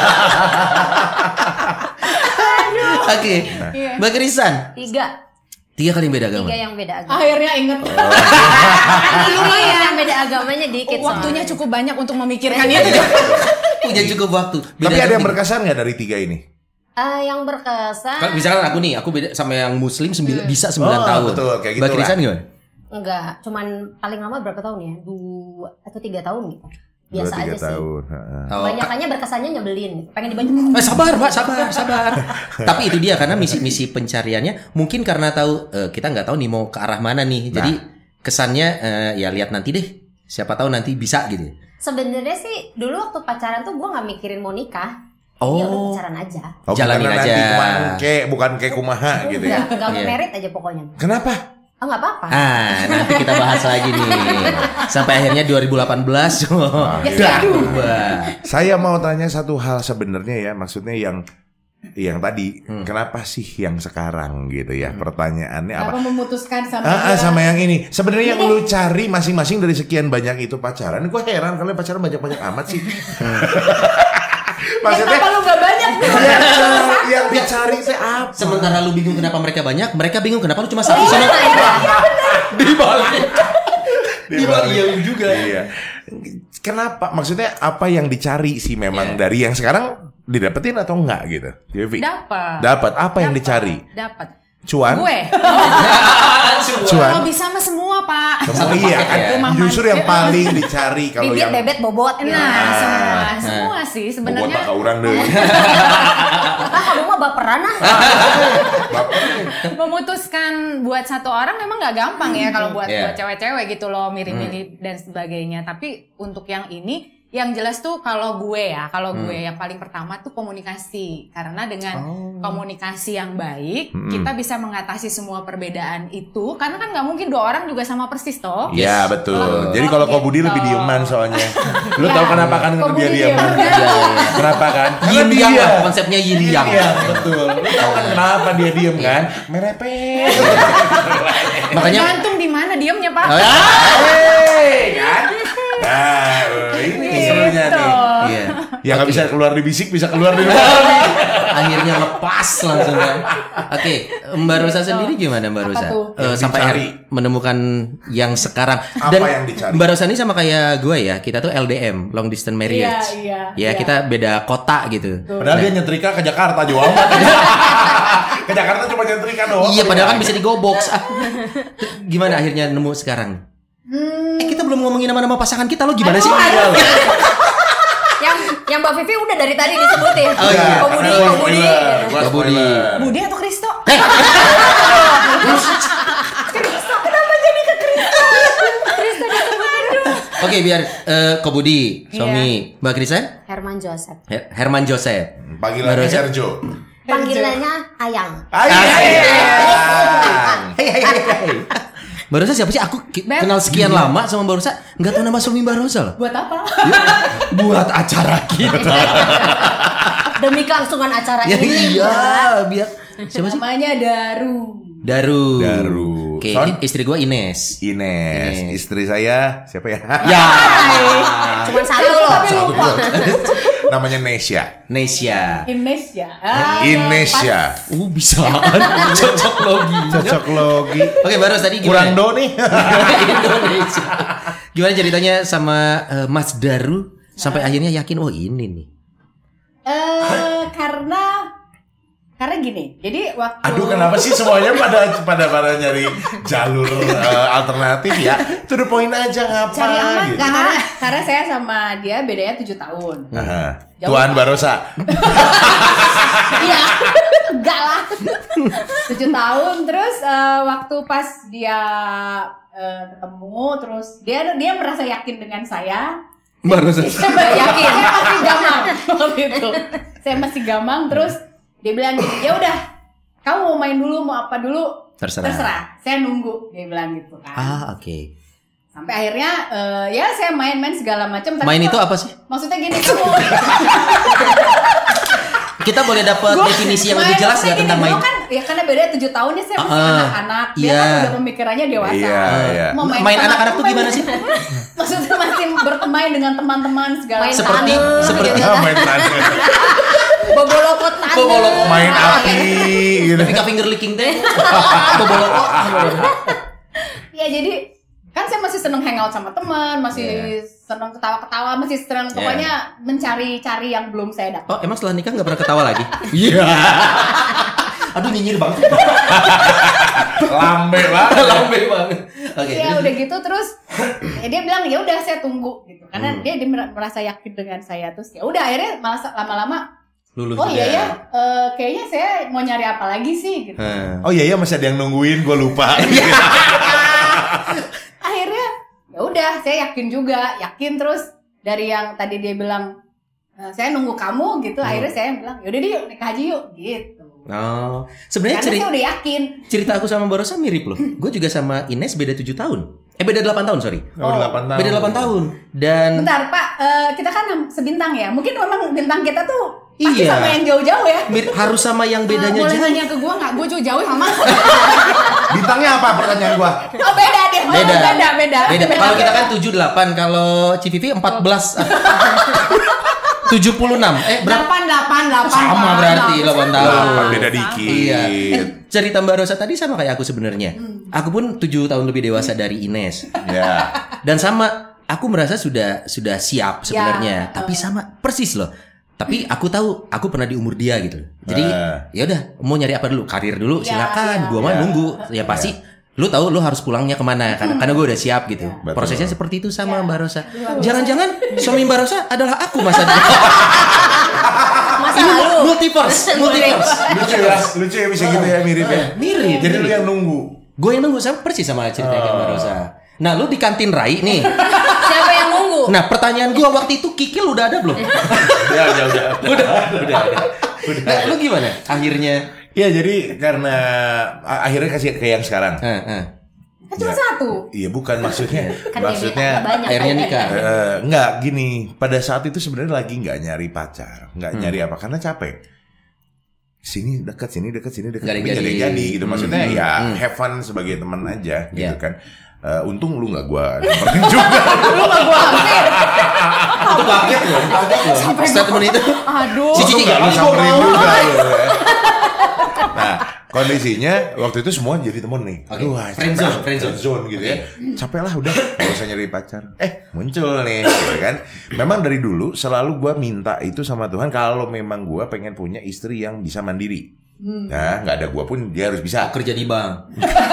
Oke, Iya. Mbak Krisan, Tiga. tiga kali yang beda agama. Tiga yang beda agama. Akhirnya inget. Ini yang beda agamanya dikit. Waktunya soalnya. cukup banyak untuk memikirkan itu. Punya cukup waktu. Beda Tapi ada yang agama. berkesan nggak dari tiga ini? Eh, yang berkesan. Kan misalkan aku nih, aku beda sama yang Muslim sembilan, bisa sembilan Oh, tahun. betul, kayak gitu Mbak Krisan lah. gimana? Enggak, cuman paling lama berapa tahun ya? Dua atau tiga tahun gitu. Dua Biasa tiga aja sih. tahun. heeh. Oh, Banyakannya berkesannya nyebelin. Pengen dibantu. Eh, sabar mbak, sabar, sabar. Tapi itu dia karena misi-misi pencariannya mungkin karena tahu eh, kita nggak tahu nih mau ke arah mana nih. Jadi kesannya eh, ya lihat nanti deh. Siapa tahu nanti bisa gitu. Sebenarnya sih dulu waktu pacaran tuh gue nggak mikirin mau nikah. Oh. Ya udah pacaran aja. Oh, Jalanin bukan aja. nanti kumaha ke, bukan ke kumaha gitu ya. Enggak, enggak Iya. merit aja pokoknya. Kenapa? Oh nggak apa-apa. Ah, nanti kita bahas lagi nih. Sampai akhirnya dua ribu delapan belas. Oh, Ya, berubah. Saya mau tanya satu hal sebenarnya ya, maksudnya yang yang tadi, Hmm. kenapa sih yang sekarang gitu ya? Pertanyaannya apa? Apa memutuskan sama Ah, ah, dia? sama yang ini. Sebenarnya yang lu cari masing-masing dari sekian banyak itu pacaran. Gue heran kalian pacaran banyak-banyak amat sih. Maksudnya Kenapa lu gak banyak tuh? yang, yang dicari itu apa? Sementara lu bingung kenapa mereka banyak, mereka bingung kenapa lu cuma satu sama. Di balik. Di balik iya lu juga. Iya. Kenapa? Maksudnya apa yang dicari sih memang dari yang sekarang didapetin atau enggak gitu? Devi. Dapat. Dapat apa yang Dapat. dicari? Dapat. Cuan? Gue. Cuan? Kalau bisa mah semua, Pak. Semua iya kan? Rumah Justru makan. yang paling dicari kalau Bibit, yang bebet, bobot. Nah, Ah. semua, semua sih bobot sebenarnya. tak orang deh. Ah, kamu mah baperan ah. Memutuskan buat satu orang memang nggak gampang ya kalau buat Iya. buat cewek-cewek gitu loh, mirip-mirip dan sebagainya. Tapi untuk yang ini yang jelas tuh kalau gue ya, kalau gue yang paling pertama tuh komunikasi. Karena dengan komunikasi yang baik, kita bisa mengatasi semua perbedaan itu. Karena kan nggak mungkin dua orang juga sama persis toh. Iya betul. Oh, Jadi kalau Kak Budi gitu. lebih dieman soalnya. Lu Iya. tahu kenapa kan Kak dia Budi dieman? diem. Iya, iya. Kenapa kan? Yin Karena yang dia. lah, konsepnya yin yang. Iya betul. Lu tahu kan kenapa dia diem kan? Merepet. Makanya Tergantung di mana diemnya, Pak. Oh, ya. Hei, kan? Nah, ini Gitu. serunya nih. Iya. Yang nggak bisa keluar di bisik bisa keluar di luar. Akhirnya lepas langsung kan. Oke, Mbak Rosa sendiri gimana Mbak Rosa? tuh? Eh, Yang sampai dicari. akhir menemukan yang sekarang. Apa Dan yang dicari? Mbak Rosa ini sama kayak gue ya, kita tuh L D M, long distance marriage. Iya, iya, Ya, iya. kita beda kota gitu. Padahal dia nyetrika ke Jakarta jual. Ke Jakarta cuma nyetrika doang. Iya, padahal kan bisa digoboks. Ah. Gimana akhirnya nemu sekarang? Hmm. Eh, kita belum ngomongin nama-nama pasangan kita, lo gimana sih? Iya loh. yang yang Mbak Vivi udah dari tadi disebutin. Oh, iya. Kok Budi, Gua kok Budi. spoiler, gua Kak Budi. spoiler. Budi atau Kristo? Oke, biar eh, Ko Budi, suami Mbak Krisan, Herman Joseph. Her- Herman Joseph. Panggilannya Mbak Rosa? Sergio. Panggilannya Ayang. Ayang. Hei, hei, hei, hei. Mbak Rosa siapa sih? Aku ki- Beb. kenal sekian lama sama Mbak Rosa, nggak tahu nama suami Mbak Rosa loh. Buat apa? Buat acara kita. Demi kelangsungan acara Ya ini. iya, biar siapa sih? Namanya Daru. Daru. Daru. Oke, Son? istri gue Ines. Ines, Ines. istri saya siapa ya? Ya. Cuma satu loh. Namanya Nesya. Nesya. Indonesia. Ah, Indonesia. Uh, bisa. Cocok logi. Cocok logi. Oke, baru tadi Kurang gimana? do nih. Indonesia. Gimana ceritanya sama eh, Mas Daru sampai akhirnya yakin oh ini nih. Eh, karena karena gini. Jadi waktu Aduh, kenapa sih semuanya pada pada pada nyari jalur eh, alternatif ya? To the point aja ngapa cari aman gitu. karena karena saya sama dia bedanya tujuh tahun. Aha. Jauh, Tuan Pak. Barosa. Iya. Enggak lah. tujuh tahun terus eh, waktu pas dia eh, ketemu terus dia dia merasa yakin dengan saya. Mbak Rosa. Saya masih yakin, saya masih gamang waktu itu. Saya masih gamang terus dia bilang gini, ya udah, kamu mau main dulu mau apa dulu? Terserah. Terserah. Saya nunggu dia bilang gitu kan. Ah, oke. Sampai akhirnya eh, ya saya main-main segala macam. tapi Main kok- itu apa sih? Maksudnya gini kamu. Kita boleh dapat Gua- definisi yang lebih jelas nggak maksudnya tentang gini, main? dulu kan ya karena beda tujuh tahun ya saya masih Ah, anak-anak. Dia iya. kan udah pemikirannya dewasa. Iya, iya. Mau Main sama anak-anak tuh teman. gimana sih? Maksudnya masih bermain dengan teman-teman segala Main macam. Seperti tanah, seperti gitu. Ah, main tanda. Bobolokot tanah. Bobolokot. Main api gitu. Tapi finger licking teh. Boboloko. Ya jadi kan saya masih seneng hangout sama teman, masih Iya. seneng ketawa-ketawa, masih seneng pokoknya mencari-cari yang belum saya dapat. Oh, emang setelah nikah nggak pernah ketawa lagi? Iya. Aduh, nyinyir banget. Lambe banget. Lambe banget. Oke. Ya udah gitu terus ya dia bilang ya udah saya tunggu gitu karena Hmm. dia, dia merasa yakin dengan saya terus ya udah akhirnya malah lama-lama Lulus oh juga. iya ya eh, kayaknya saya mau nyari apa lagi sih gitu. Hmm. Oh iya ya masih ada yang nungguin, gue lupa. Akhirnya ya udah saya yakin juga yakin terus dari yang tadi dia bilang "Eh, saya nunggu kamu gitu Hmm. akhirnya saya bilang yaudah deh yuk nikah aja yuk gitu Oh, sebenarnya karena cerita saya udah yakin. cerita aku sama Mbak Rosa mirip loh. Gue juga sama Ines beda tujuh tahun. Eh beda delapan tahun, sorry. Oh, delapan tahun. Beda delapan tahun. Dan Bentar Pak, eh, kita kan sebintang ya. Mungkin memang bintang kita tuh pasti Iya. sama yang jauh-jauh ya. mir- harus sama yang bedanya Boleh jauh. nanya ke gue nggak? Gue jauh-jauh sama. Bintangnya apa pertanyaan gua? Oh beda deh, oh, Beda. beda, beda. Beda. Kalau kita kan tujuh delapan, kalau Civivi empat belas. tujuh puluh enam. Eh berapa? Delapan, delapan, delapan. Sama berarti delapan tahun. Delapan, beda dikit. Iya. Eh, cerita Mbak Rosa tadi sama kayak aku sebenarnya. Aku pun tujuh tahun lebih dewasa dari Ines. Ya. Dan sama, aku merasa sudah sudah siap sebenarnya. Ya. Tapi sama persis loh. Tapi aku tahu aku pernah di umur dia gitu. Jadi Ah. ya udah mau nyari apa dulu? Karir dulu, Ya, silakan. ya. Gua mah Ya. nunggu. Ya pasti. Lu tahu lu harus pulangnya kemana karena karena gue udah siap gitu. Betul. Prosesnya seperti itu sama Mbak Rosa. Jangan-jangan suami Mbak Rosa adalah aku masa depan. Masa Ini lalu. multiverse, multiverse. Lucu ya, lucu ya bisa gitu ya mirip ya. Mirip. Jadi lu yang nunggu. Gue yang nunggu sama persis sama cerita kayak Mbak Rosa. Nah, lu di kantin Rai nih. Siapa yang nunggu? Nah, pertanyaan gue waktu itu Kikil udah ada belum? Ya, udah, udah. udah, udah, udah. Nah, lu gimana? Akhirnya, Ya jadi karena a- akhirnya kasih ke yang sekarang. eh, eh. Kan cuma Ya. satu. Iya bukan maksudnya. Kan maksudnya ini banyak. akhirnya nikah. eh, nggak gini. Pada saat itu sebenarnya lagi nggak nyari pacar, nggak nyari apa karena capek. Sini dekat, sini dekat, sini dekat, Nggak ada tapi nggak ada jadi. yang jadi gitu. Maksudnya Hmm, ya hmm. have fun sebagai teman aja gitu Iya. kan. Eh, untung lu nggak gua nyamperin juga. Lu gak gua hampir. Itu kaget loh, kaget loh. Statement itu. Aduh. Si Cici Untung nggak lu nggak samperin mau. juga lu ya. Nah, kondisinya waktu itu semua jadi temen nih. Oke. Aduh, Friend capek zone, lah, friend zone. zone gitu ya. Capek lah udah, gak usah nyari pacar. Eh, muncul nih, gitu kan. Memang dari dulu selalu gua minta itu sama Tuhan kalau memang gua pengen punya istri yang bisa mandiri. Nah, nggak ada gua pun dia harus bisa. Kerja di bank.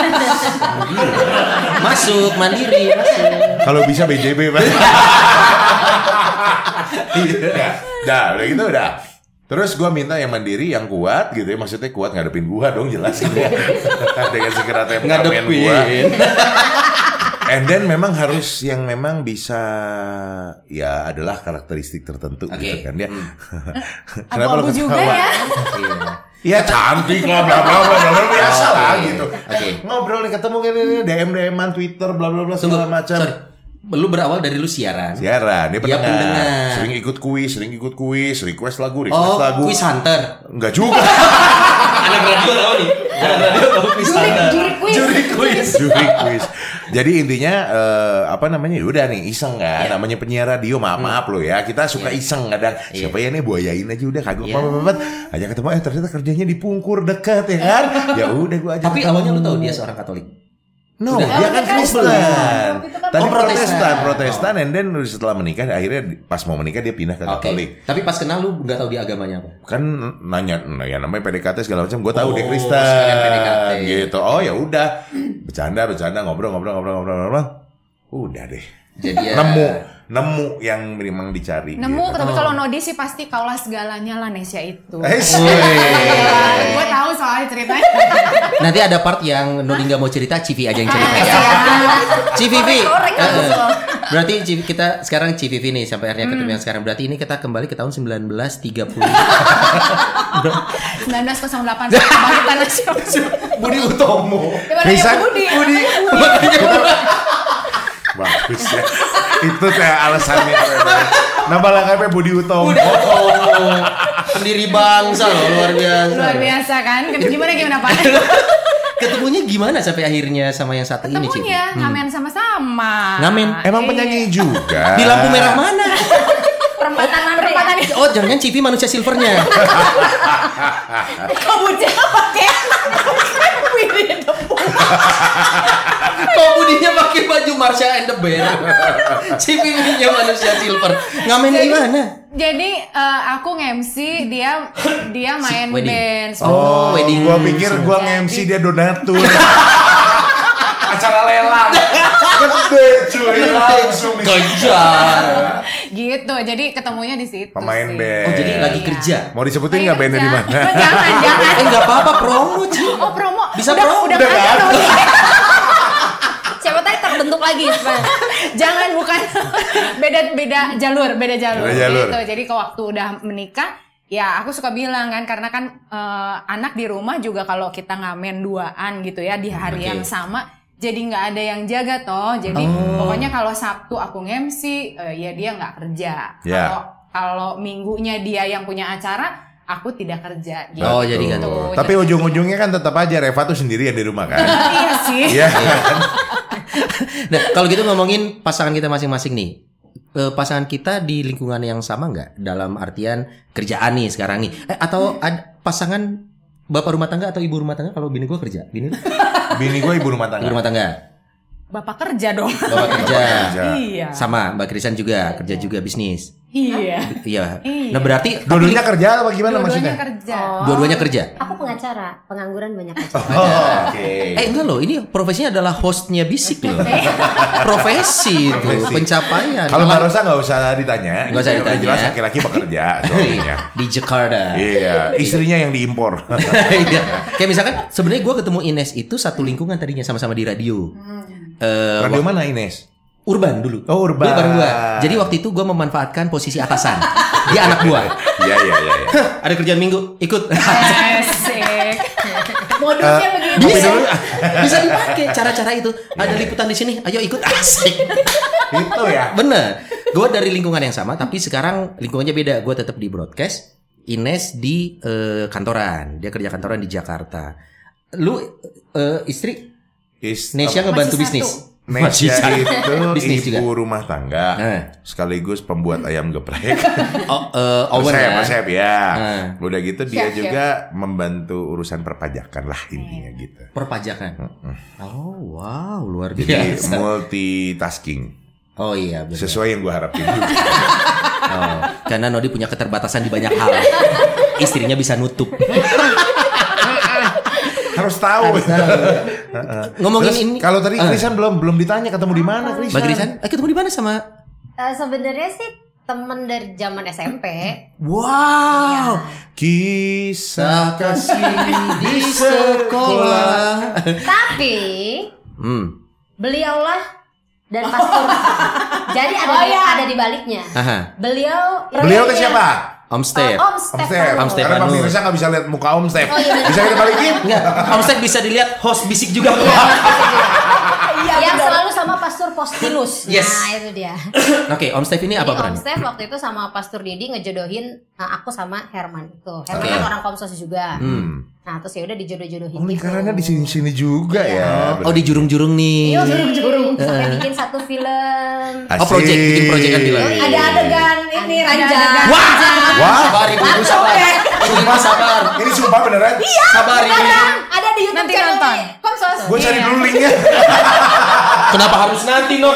Masuk mandiri, masuk. Kalau bisa B J B, Pak. Iya. Dah, udah gitu udah. Terus gua minta yang mandiri, yang kuat gitu ya. Maksudnya kuat ngadepin gua dong jelas gitu ya. Dengan segera temperamen gua. Ngadepin. And then memang harus yang memang bisa ya adalah karakteristik tertentu Oke. gitu kan dia. Abu-abu juga ketawa? ya. Iya. Ya cantik lah, bla bla bla bla biasa Oke. lah gitu. Oke. Ngobrol nih ketemu gini nih, D M D M-an Twitter bla bla bla segala macam. Sorry. Lu berawal dari lu siaran. Siaran, dia Dia pendengar. pendengar. Sering ikut kuis, sering ikut kuis, request lagu, request Oh, lagu. quiz hunter. Enggak juga. Anak radio tahu nih. Anak radio tahu quiz hunter. Juri kuis. Juri quiz. Juri kuis. Jadi intinya eh, apa namanya? Ya udah nih iseng kan. Iya. Namanya penyiar radio, maaf-maaf lo ya. Kita suka iseng kadang. Iya. Siapa ya nih buayain aja udah kagak Iya. apa-apa. Aja ketemu eh ternyata kerjanya di Pungkur dekat ya kan. Ya udah gua aja. Tapi ketemu. awalnya lu tahu dia seorang Katolik. No, Udah. dia Oh, kan dia kan Kristen. Islam. Itu kan Tadi Oh, Protestan. Protestan, Protestan, and then setelah menikah akhirnya pas mau menikah dia pindah ke Oke. Katolik. Tapi pas kenal lu nggak tahu dia agamanya apa. Kan nanya, nah ya namanya P D K T segala macam, gue tahu Oh, dia Kristen, sekalian P D K T. gitu. Oh ya udah, bercanda, bercanda, ngobrol, ngobrol, ngobrol, ngobrol, ngobrol. Udah deh, Jadi ya nemu, nemu yang memang dicari. Nemu, gitu. tapi kalau Nodi sih pasti kaulah segalanya lah Nesya itu. Eh, sih. Gue tahu soalnya ceritanya. nanti ada part yang Nodi nggak mau cerita, Civi aja yang cerita ya. Civivi. Korek langsung. Berarti Civi, kita sekarang Civivi nih sampai akhirnya ketemu yang sekarang. Berarti ini kita kembali ke tahun sembilan belas tiga puluh. sembilan belas nol delapan Bangkitan Nasional. Budi Utomo. Gimana Bisa? ya Budi? Budi. Bagus ya. Itu kayak alasannya. Nama lengkapnya Budi Utomo. Budi Utomo. Pendiri bangsa loh, luar biasa. Luar biasa kan? Gimana gimana Pak? Ketemunya gimana sampai akhirnya sama yang satu ini, Civi? Ketemunya ngamen sama-sama. Ngamen? Emang Iya. penyanyi juga. Di lampu merah mana? Perempatan mana Perempatan ya? Oh, jangan-jangan Civi manusia silvernya. Kamu jangan pakai Widi Depu. Kok Budinya pakai baju Marsha and the Bear? Civi-nya manusia silver. Ngamen gimana? Jadi eh, aku nge-M C, dia dia main Wedding. band. Oh, wedding. gua pikir gua nge-M C dia donatur. Acara lelang. Gede cuy, langsung di- Kejar. Gitu. Jadi ketemunya di situ. Pemain sih. band. Oh, jadi lagi Iya. kerja. Mau disebutin Lagi nggak bandnya di kerja. mana? Oh, jangan, jangan. Eh, nggak apa-apa, promo, Ci. Oh, promo. Bisa udah, promo. udah, Udah nggak nggak ada. ada. Siapa tahu terbentuk lagi. Jangan, bukan beda beda jalur, beda jalur. Beda jalur. Gitu. Jadi ke waktu udah menikah, ya aku suka bilang kan, karena kan eh, anak di rumah juga kalau kita ngamen duaan gitu ya di hari Oke. yang sama, jadi nggak ada yang jaga toh. Jadi Oh. pokoknya kalau Sabtu aku nge-M C, eh, ya dia nggak kerja. Ya. Kalau kalau minggunya dia yang punya acara, aku tidak kerja. Gitu. Oh, jadi kan. Tuh. Tapi ujung-ujungnya kan tetap aja Reva tuh sendirian di rumah kan. iya sih. Iya kan? Nah, kalau gitu ngomongin pasangan kita masing-masing nih. Eh, pasangan kita di lingkungan yang sama nggak? Dalam artian kerjaan nih sekarang nih. Eh, atau ada pasangan bapak rumah tangga atau ibu rumah tangga? Kalau bini gue kerja, bini lu? Bini gue ibu rumah Ibu tangga. rumah tangga. Bapak kerja dong. Bapak kerja. Kerja. Iya. Sama Mbak Krisan juga kerja juga bisnis. Iya. Iya. Iya. Nah, berarti Dua-duanya kerja apa gimana Dua-duanya maksudnya? kerja. dua-duanya kerja. Aku pengacara, pengangguran banyak aja. Oh, oke. Eh enggak loh, ini profesinya adalah hostnya Bisik loh. Profesi itu, Profesi. pencapaian. Kalau Mbak Rosa nggak usah ditanya. Nggak usah Udah ditanya. jelas laki-laki bekerja suaminya. Di Jakarta. Iya, istrinya yang diimpor. Iya. Kayak misalkan sebenarnya gue ketemu Ines itu satu lingkungan tadinya sama-sama di radio. Eh, Radio wak- mana Ines? Urban dulu. Oh, Urban. Dulu bareng gua. Jadi waktu itu gue memanfaatkan posisi atasan. Dia anak gua. Iya, iya, iya. iya. Ada kerjaan minggu, ikut. Asik. Modusnya begitu. Bisa, bisa dipakai cara-cara itu. Ada liputan di sini, ayo ikut. Asik. Itu ya. Bener. Gue dari lingkungan yang sama, tapi sekarang lingkungannya beda. Gue tetap di broadcast. Ines di eh, kantoran. Dia kerja kantoran di Jakarta. Lu eh, istri Is, Nesya ngebantu Masih bisnis. satu. Nesya itu Bisnis ibu juga. rumah tangga, Eh. sekaligus pembuat ayam geprek. Oh, eh, Owen Resep, ya. resep ya. Eh. Udah gitu dia Chef, juga membantu urusan perpajakan lah intinya gitu. Perpajakan. Oh wow, luar Jadi biasa. multitasking. Oh iya, benar. Sesuai yang gue harapin juga. Oh, karena Nodi punya keterbatasan di banyak hal. Istrinya bisa nutup. Harus tahu. Ngomongin Terus, ini. kalau tadi Ah. Krisan belum belum ditanya ketemu di mana Krisan? Mbak Grisan, eh, ketemu di mana sama? Eh, sebenarnya sih temen dari zaman S M P. Wow, Kisah kasih di sekolah. Tapi Hmm. beliaulah dan pastor. Jadi ada Oh, di, iya. ada di baliknya. Aha. Beliau Beliau ke siapa? Om Stef. Om Om Stef. Stef. Om Stef. Karena pemirsa nggak bisa lihat muka Om Stef. Oh, iya, bener. Bisa kita balikin? Enggak, Om Stef bisa dilihat host bisik juga. Yang selalu sama Pastor Postinus. Yes. Nah, itu dia. Oke, Om Stef ini apa Jadi Om perannya? Stef waktu itu sama Pastor Didi ngejodohin uh, aku sama Herman itu. Herman Oke. kan orang Komsos juga. Hmm. Nah, terus ya udah dijodoh-jodohin Oh, gitu. lingkarannya di sini-sini juga ya. Oh, di jurung-jurung nih. Iya, jurung-jurung. Sampai bikin satu film. Oh, project, bikin proyekan film. Ada adegan ini Ada ranjang. adegan. Wah, Wah, sabar ibu, ibu sabar. Sumpah sabar. ini sumpah beneran? Iya. Sabar ibu. Ada, ada di YouTube Nanti channel nonton. Komsos. Gue cari dulu linknya. Kenapa harus nanti, Nok?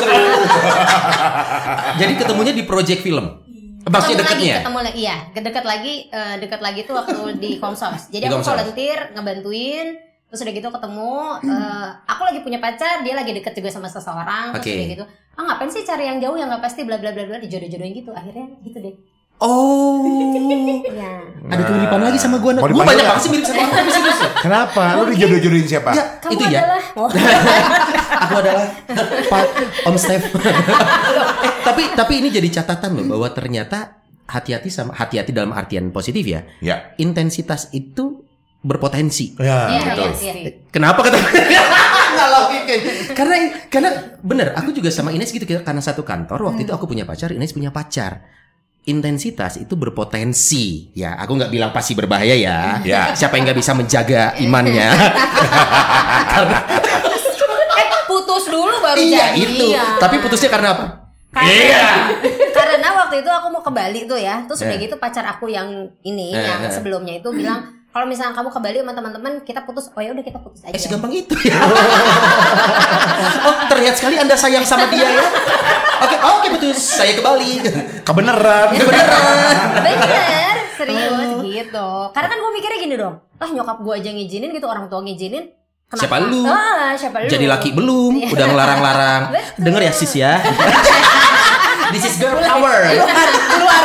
Jadi ketemunya di project film. Maksudnya Ketemu lagi, deketnya? ketemu lagi, iya, dekat lagi, eh, dekat lagi tuh waktu di Komsos. Jadi Di aku Komsos. volunteer, ngebantuin, terus udah gitu ketemu, eh, aku lagi punya pacar, dia lagi deket juga sama seseorang, terus Oke. udah gitu, ah ngapain sih cari yang jauh yang nggak pasti, bla bla bla bla, dijodoh-jodohin gitu, akhirnya gitu deh. Oh. Iya. Ada kemiripan lagi sama gua. Mau Gua dipanggil banyak nggak? banget sih mirip sama orang tapi serius ya. Kenapa? Lu dijodoh-jodohin siapa? Ya, Kamu itu ya. adalah, oh, Aku adalah Pak Om Stef. Eh, tapi tapi ini jadi catatan loh bahwa ternyata hati-hati sama hati-hati dalam artian positif ya. Ya. Intensitas itu berpotensi. Ya, iya, betul. iya, iya. Kenapa kata nggak logik kayaknya. Karena karena bener, aku juga sama Ines gitu karena satu kantor waktu itu aku punya pacar, Ines punya pacar. Intensitas itu berpotensi, ya. Aku nggak bilang pasti berbahaya ya. Ya. Siapa yang nggak bisa menjaga imannya? Karena Eh putus dulu baru iya jadi. itu. Iya. Tapi putusnya karena apa? Karena, karena waktu itu aku mau ke Bali tuh ya, terus udah Eh. gitu pacar aku yang ini, Eh, yang eh. sebelumnya itu bilang kalau misalnya kamu ke Bali sama teman-teman kita putus, oh ya udah kita putus aja. Eh segampang itu ya. Oh terlihat sekali Anda sayang sama dia ya. Oke, oh, oke putus. Saya ke Bali. Kebeneran. Kebenaran. Bener, serius gitu. Karena kan gue mikirnya gini dong, ah nyokap gue aja ngizinin gitu, orang tua ngizinin. Kenapa? Siapa lu? Ah, siapa lu? Jadi laki belum, Iya. udah ngelarang-larang. Betul. Dengar ya sis ya. This is girl power. Keluar.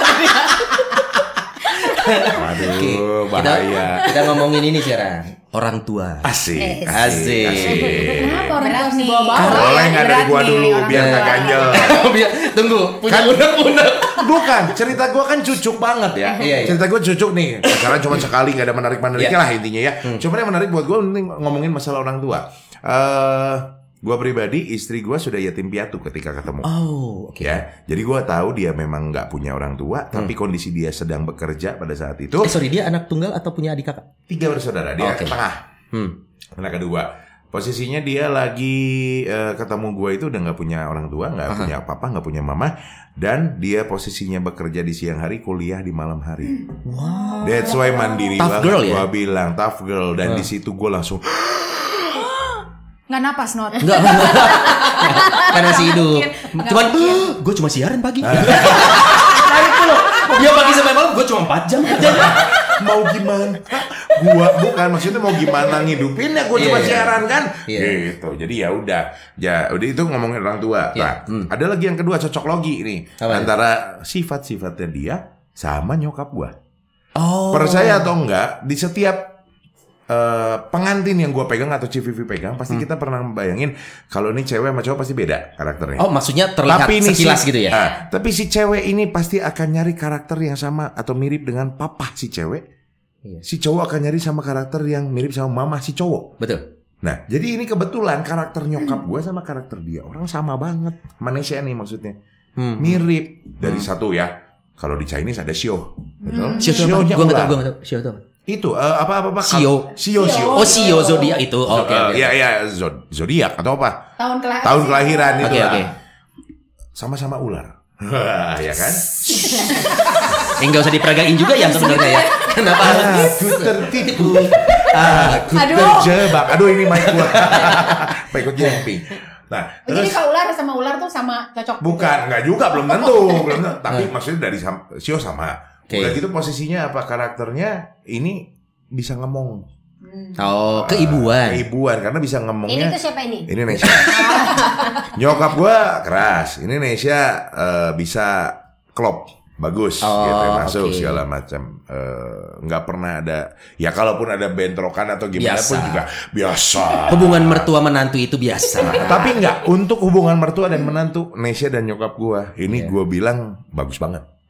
Aduh, Kita, bahaya. kita ngomongin ini sekarang. Orang tua. Asik. Asik. Kenapa orang Berat tua nih. bawa-bawa? Boleh nggak dari Berat gua nih, dulu orang biar tua. nggak ganjel. Biar, tunggu, punya Kan- unek-unek. Bukan, cerita gua kan cucuk banget ya. Iya, iya. Cerita gua cucuk nih. Pacaran cuma sekali, nggak ada menarik-menariknya Iya. lah intinya ya. Cuma yang menarik buat gua ini ngomongin masalah orang tua. Eh, gua pribadi, istri gua sudah yatim piatu ketika ketemu. Oh, oke. Ya, jadi gua tahu dia memang nggak punya orang tua, tapi kondisi dia sedang bekerja pada saat itu. Eh sorry, dia anak tunggal atau punya adik kakak? Tiga bersaudara, dia Oke. tengah. Hmm. Anak kedua, posisinya dia lagi eh, ketemu gue itu udah nggak punya orang tua, nggak Aha. punya papa, nggak punya mama, dan dia posisinya bekerja di siang hari, kuliah di malam hari. Wow. That's why mandiri Tough banget. girl ya? Gue bilang tough girl, dan Ah. di situ gue langsung Nggak napas, Not. Enggak. Kan masih hidup. Nggak Cuman mungkin. gue cuma siaran pagi. Nah itu loh. Dia pagi sampai malam gue cuma empat jam kerja. mau gimana? Gua bukan maksudnya mau gimana ngidupinnya, gue Iya, cuma iya. siaran kan, Iya. gitu. Jadi ya udah, ya udah itu ngomongin orang tua. Iya. Nah, Hmm. ada lagi yang kedua cocok logi nih Apa? antara sifat-sifatnya dia sama nyokap gua. Oh. Percaya atau enggak, di setiap eh, pengantin yang gue pegang atau C V V pegang, pasti kita pernah bayangin kalau ini cewek sama cowok pasti beda karakternya. Oh, maksudnya terlihat ini sekilas si- gitu ya? ah, tapi si cewek ini pasti akan nyari karakter yang sama atau mirip dengan papa si cewek. Iya. Si cowok akan nyari sama karakter yang mirip sama mama si cowok. Betul. Nah, jadi ini kebetulan karakter nyokap gue sama karakter dia orang sama banget. Malaysia nih maksudnya. Hmm. Mirip dari satu ya. Kalau di Chinese ada Shio, betul? Sio itu apa? Shio-nya Gue nggak tahu, ular. gue nggak tahu. Sio itu apa? Itu eh, apa apa apa? Sio. Sio, Sio. Oh, Sio zodiak itu. Oh, Oke. Eh, oke. ya ya zod- zodiak atau apa? Tahun kelahiran. Tahun kelahiran itu Oke, lah. oke. Sama-sama ular. Ya kan? Eh, nggak usah diperagain juga ya sebenarnya ya. Kenapa harus? Aku tertipu. Aku Aduh. terjebak. Aduh ini mic gua. Pak ikut jumping. Nah, Oh, jadi terus kalau ular sama ular tuh sama cocok. bukan, enggak juga, belum tentu, belum tentu. Tapi maksudnya dari sam- Sio sama. Oke. Udah gitu posisinya apa karakternya ini bisa ngomong. Oh, keibuan. Keibuan karena bisa Ini ngomongnya. tuh siapa ini? Ini Nesya. Nyokap gua keras. Ini Nesya eh, bisa klop, bagus Oh, gitu masuk oke. segala macam. Eh, nggak pernah ada. Ya kalaupun ada bentrokan atau gimana Biasa. pun juga biasa. Hubungan mertua menantu itu biasa. Tapi enggak untuk hubungan mertua dan menantu Nesya dan nyokap gua. Ini Iya. gua bilang bagus banget.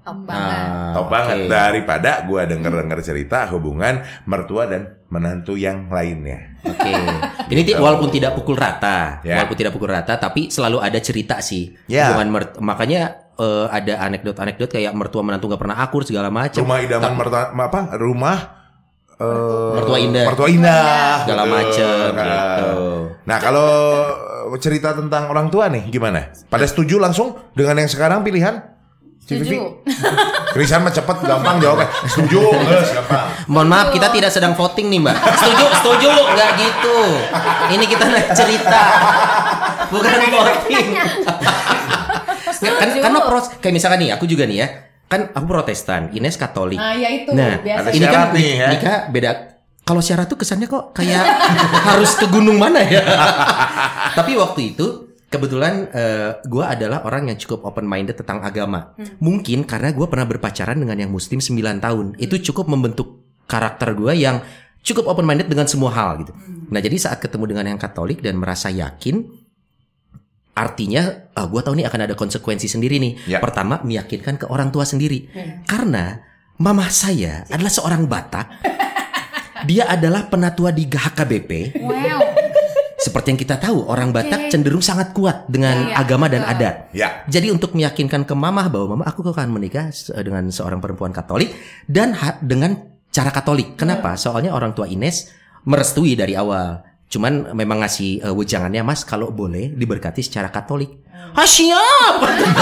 Top banget. Ah, Top oke. banget daripada gue denger-denger cerita hubungan mertua dan menantu yang lainnya. Oke. Ini ti- walaupun tidak pukul rata, Ya. walaupun tidak pukul rata, tapi selalu ada cerita sih. Ya. Hubungan mert- makanya eh, ada anekdot-anekdot kayak mertua menantu gak pernah akur segala macam. Rumah idaman mertua apa? Rumah eh, Mertua indah. Mertua indah. Segala Betul. macam Nah. gitu. Nah, kalau cerita tentang orang tua nih gimana? Pada setuju langsung dengan yang sekarang pilihan? Setuju. Krisan mah cepet gampang jawabnya. Setuju, geus gampang. Mohon maaf, kita tidak sedang voting nih, Mbak. Setuju, setuju, nggak gitu. Ini kita naik cerita, bukan voting. kan, karena pros, kayak misalkan nih, aku juga nih ya, kan aku Protestan, Ines Katolik. Nah, ya itu Nah, biasa. ada ini kan syarat nih, ya. nikah beda. Kalau syarat tuh kesannya kok kayak harus ke gunung mana ya? Tapi waktu itu kebetulan gue adalah orang yang cukup open minded tentang agama. Hmm. Mungkin karena gue pernah berpacaran dengan yang Muslim sembilan tahun. Itu cukup membentuk karakter gue yang cukup open minded dengan semua hal gitu. Hmm. Nah, jadi saat ketemu dengan yang Katolik dan merasa yakin, artinya ah, gue tahu nih akan ada konsekuensi sendiri nih. Ya. Pertama, meyakinkan ke orang tua sendiri. Hmm. Karena mama saya adalah seorang Batak. Dia adalah penatua di H K B P. Wow. Seperti yang kita tahu, orang Batak Oke. cenderung sangat kuat dengan Iya, agama dan betul. adat. Ya. Jadi untuk meyakinkan ke mama bahwa mama aku akan menikah se- dengan seorang perempuan Katolik dan ha- dengan cara Katolik. Kenapa? Soalnya orang tua Ines merestui dari awal. Cuman memang ngasih uh, wejangannya, Mas kalau boleh diberkati secara Katolik. Ah siap.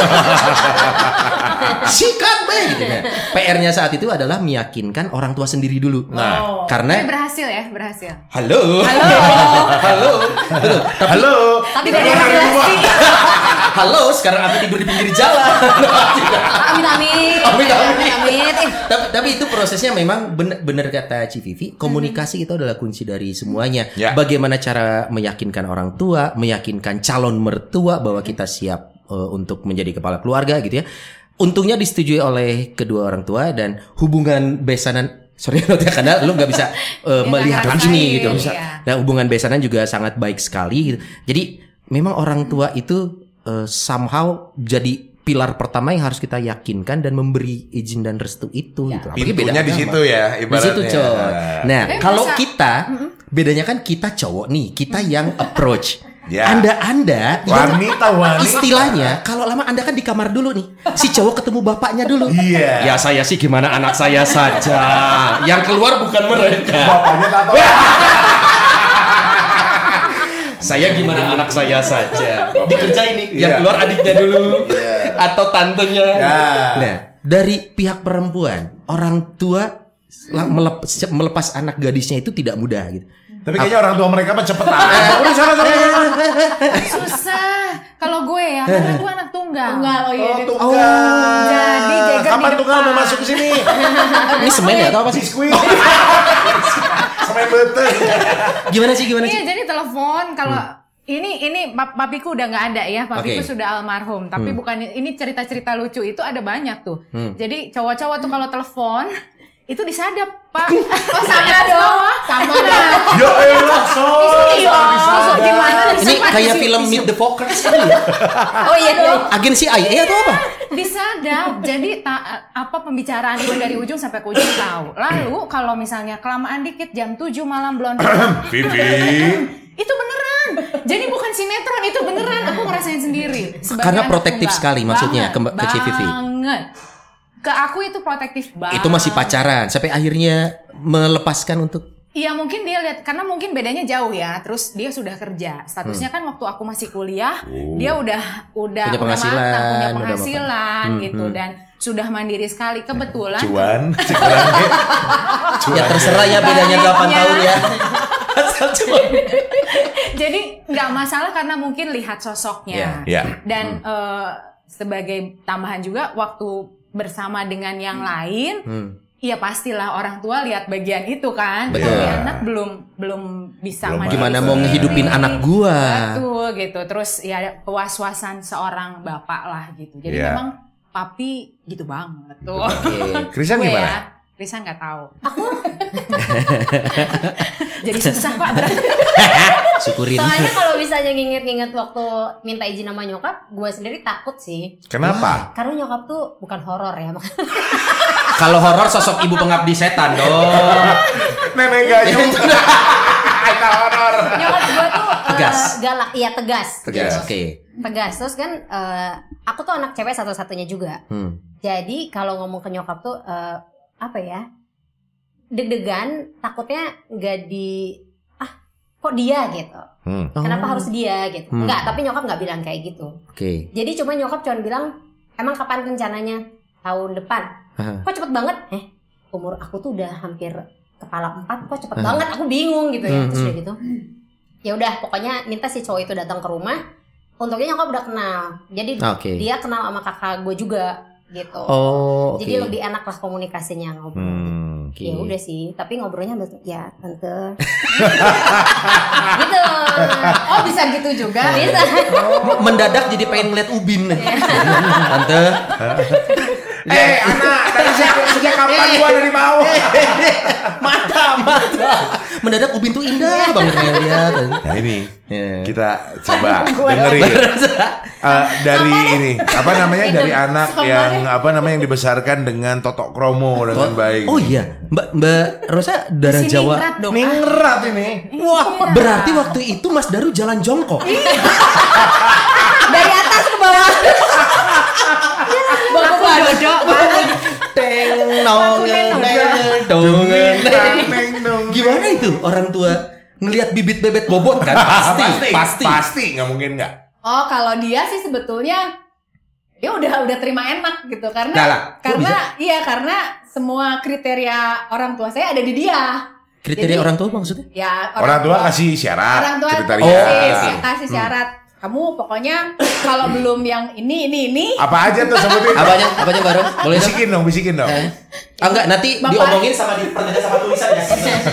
Sikat be gitu kan. P R-nya saat itu adalah meyakinkan orang tua sendiri dulu. Nah, Oh. Karena Tapi berhasil ya, berhasil. halo. Halo. Halo. Betul. Tapi Halo. Tapi Kita dari dari hasil rumah. halo, sekarang aku tidur di pinggir jalan. Amit amit. Amit, amit. Amit. Ih, tapi, tapi itu prosesnya memang bener, bener kata Ci Vivi, komunikasi itu adalah kunci dari semuanya. Ya. Bagaimana cara meyakinkan orang tua, meyakinkan calon mertua bahwa kita siap uh, untuk menjadi kepala keluarga gitu ya. Untungnya disetujui oleh kedua orang tua dan hubungan besanan. Sorry ya karena lu nggak bisa uh, Dia melihat nggak ini ngerasain, gitu. iya. Nah hubungan besanan juga sangat baik sekali gitu. Jadi memang orang tua itu uh, somehow jadi pilar pertama yang harus kita yakinkan dan memberi izin dan restu itu Ya. gitu. Apalagi beda Pintunya di agama. situ ya Di ibaratnya. situ coy. Nah Tapi kalau masa- kita bedanya kan kita cowok nih, kita yang approach. Ya. Anda-anda yang Wanita wanita. istilahnya kalau lama Anda kan di kamar dulu nih. Si cowok ketemu bapaknya dulu. Iya. Ya saya sih gimana anak saya saja. Yang keluar bukan mereka. Bapaknya tato. Saya gimana anak saya saja. Dikerjain nih. Yang Iya. keluar adiknya dulu atau tantenya. Ya. Nah, dari pihak perempuan, orang tua lang- melepas, melepas anak gadisnya itu tidak mudah gitu. Tapi kayaknya orang tua mereka mah cepet aja. Udah sana sana. Susah. Kalau gue ya, karena gue anak tunggal. Enggak, oh iya. Oh, dia- tunggal. Jadi Jagger Kapan di tunggal depan. mau masuk ke sini? Ini semen ya atau apa sih? Biskuit. Semen betul. Gimana sih gimana Iya, sih? jadi telepon kalau ini ini pap- papiku udah nggak ada ya, papiku Oke. sudah almarhum. Tapi bukan ini cerita-cerita lucu itu ada banyak tuh. Hmm. Jadi cowok-cowok tuh kalau telepon itu disadap, Pak. Oh, sama dong. Sama dong. Ya elah, so. Iya, maksud gimana Ini disadap? kayak Disu- film disu- Meet the Fockers kan ya? Oh iya dong. Agen C I A atau apa? disadap. Jadi ta- apa pembicaraan itu dari ujung sampai ke ujung tahu. Lalu kalau misalnya kelamaan dikit jam tujuh malam belum Vivi. itu beneran. Jadi bukan sinetron, itu beneran. Aku ngerasain sendiri. Sebagai Karena anak protektif tunggal. sekali maksudnya ke- Banget, ke Ci Vivi. Banget. Ke aku itu protektif banget. Itu masih pacaran sampai akhirnya melepaskan untuk Iya mungkin dia lihat karena mungkin bedanya jauh ya. Terus dia sudah kerja. Statusnya kan waktu aku masih kuliah, dia udah udah Punya udah penghasilan, matang, punya udah penghasilan apa. gitu dan sudah mandiri sekali. Kebetulan Cuan, cuan. ya terserah ya bedanya delapan Baliknya. tahun ya. Asal cuma jadi nggak masalah karena mungkin lihat sosoknya. Ya. Dan eh, sebagai tambahan juga waktu bersama dengan yang lain, Hmm. iya pastilah orang tua lihat bagian itu kan. Betul. Tapi anak belum belum bisa Belum mandiri gimana mau sendiri. ngehidupin anak gua. Betul gitu. Terus ya was-wasan seorang bapak lah gitu. Jadi Iya. memang papi gitu banget tuh. Oke. Christian Gue gimana? ya. Risa nggak tahu. Aku Jadi susah Pak. Syukurin. soalnya kalau misalnya nginget-nginget waktu minta izin sama nyokap, gue sendiri takut sih. Kenapa? Karena nyokap tuh bukan horor ya. Kalau horor sosok ibu pengabdi setan dong. Nenek gayung. Itu horor. Nyokap gue tuh uh, Tegas. galak, iya tegas. Tegas. Yes. Oke. Tegas. Terus kan uh, aku tuh anak cewek satu-satunya juga. Hmm. Jadi kalau ngomong ke nyokap tuh uh, apa ya? Deg-degan, takutnya nggak di ah kok dia gitu. Hmm. Kenapa Oh. harus dia gitu? Hmm. Enggak, tapi nyokap nggak bilang kayak gitu. Oke. Jadi cuma nyokap cuma bilang, emang kapan rencananya? Tahun depan. Aha. Kok cepet banget? Eh, umur aku tuh udah hampir kepala empat, kok cepet Aha. banget? Aku bingung gitu ya. Hmm, Terus hmm. udah gitu, ya udah pokoknya minta si cowok itu datang ke rumah. Untungnya nyokap udah kenal. Jadi Oke. dia kenal sama kakak gue juga gitu. Oh, oke. Jadi lebih enak lah komunikasinya ngobrol. Hmm. Oke. Ya udah sih, tapi ngobrolnya betul ya tante. Gitu. Oh bisa gitu juga. Bisa. Mendadak jadi pengen ngeliat Ubin. Tante. Eh, anak, dari sejak, sejak kapan gua ada di bawah? Mata, mata. Mendadak Ubin tuh indah banget ngeliat. Nah ini Ya. kita coba dengerin uh, dari ini apa namanya dari anak yang apa namanya yang dibesarkan dengan totok kromo dengan baik. Oh iya, Mbak Mbak Rosa darah Sini Jawa. ningrat dong. Ningrat ini. Wah, berarti waktu itu Mas Daru jalan jongkok. Dari atas ke bawah. Aku dodok banget. Teng nong neng dong. Gimana itu orang tua ngelihat bibit bebet bobot kan? Pasti, pasti, pasti. pasti nggak mungkin nggak. Oh kalau dia sih sebetulnya dia udah udah terima enak gitu karena Nah lah, kok karena iya karena semua kriteria orang tua saya ada di dia. Kriteria Jadi, orang tua maksudnya? Ya Orang tua kasih syarat orang tua kriteria. Oh, kasih, oke. kasih syarat. Kamu pokoknya kalau belum yang ini ini ini Apa aja tuh sebutin? Apanya? Apanya baru? Boleh dong? Bisikin dong, bisikin dong. Ah, enggak, nanti Bapak. diomongin sama di pertanyaan sama tulisan ya.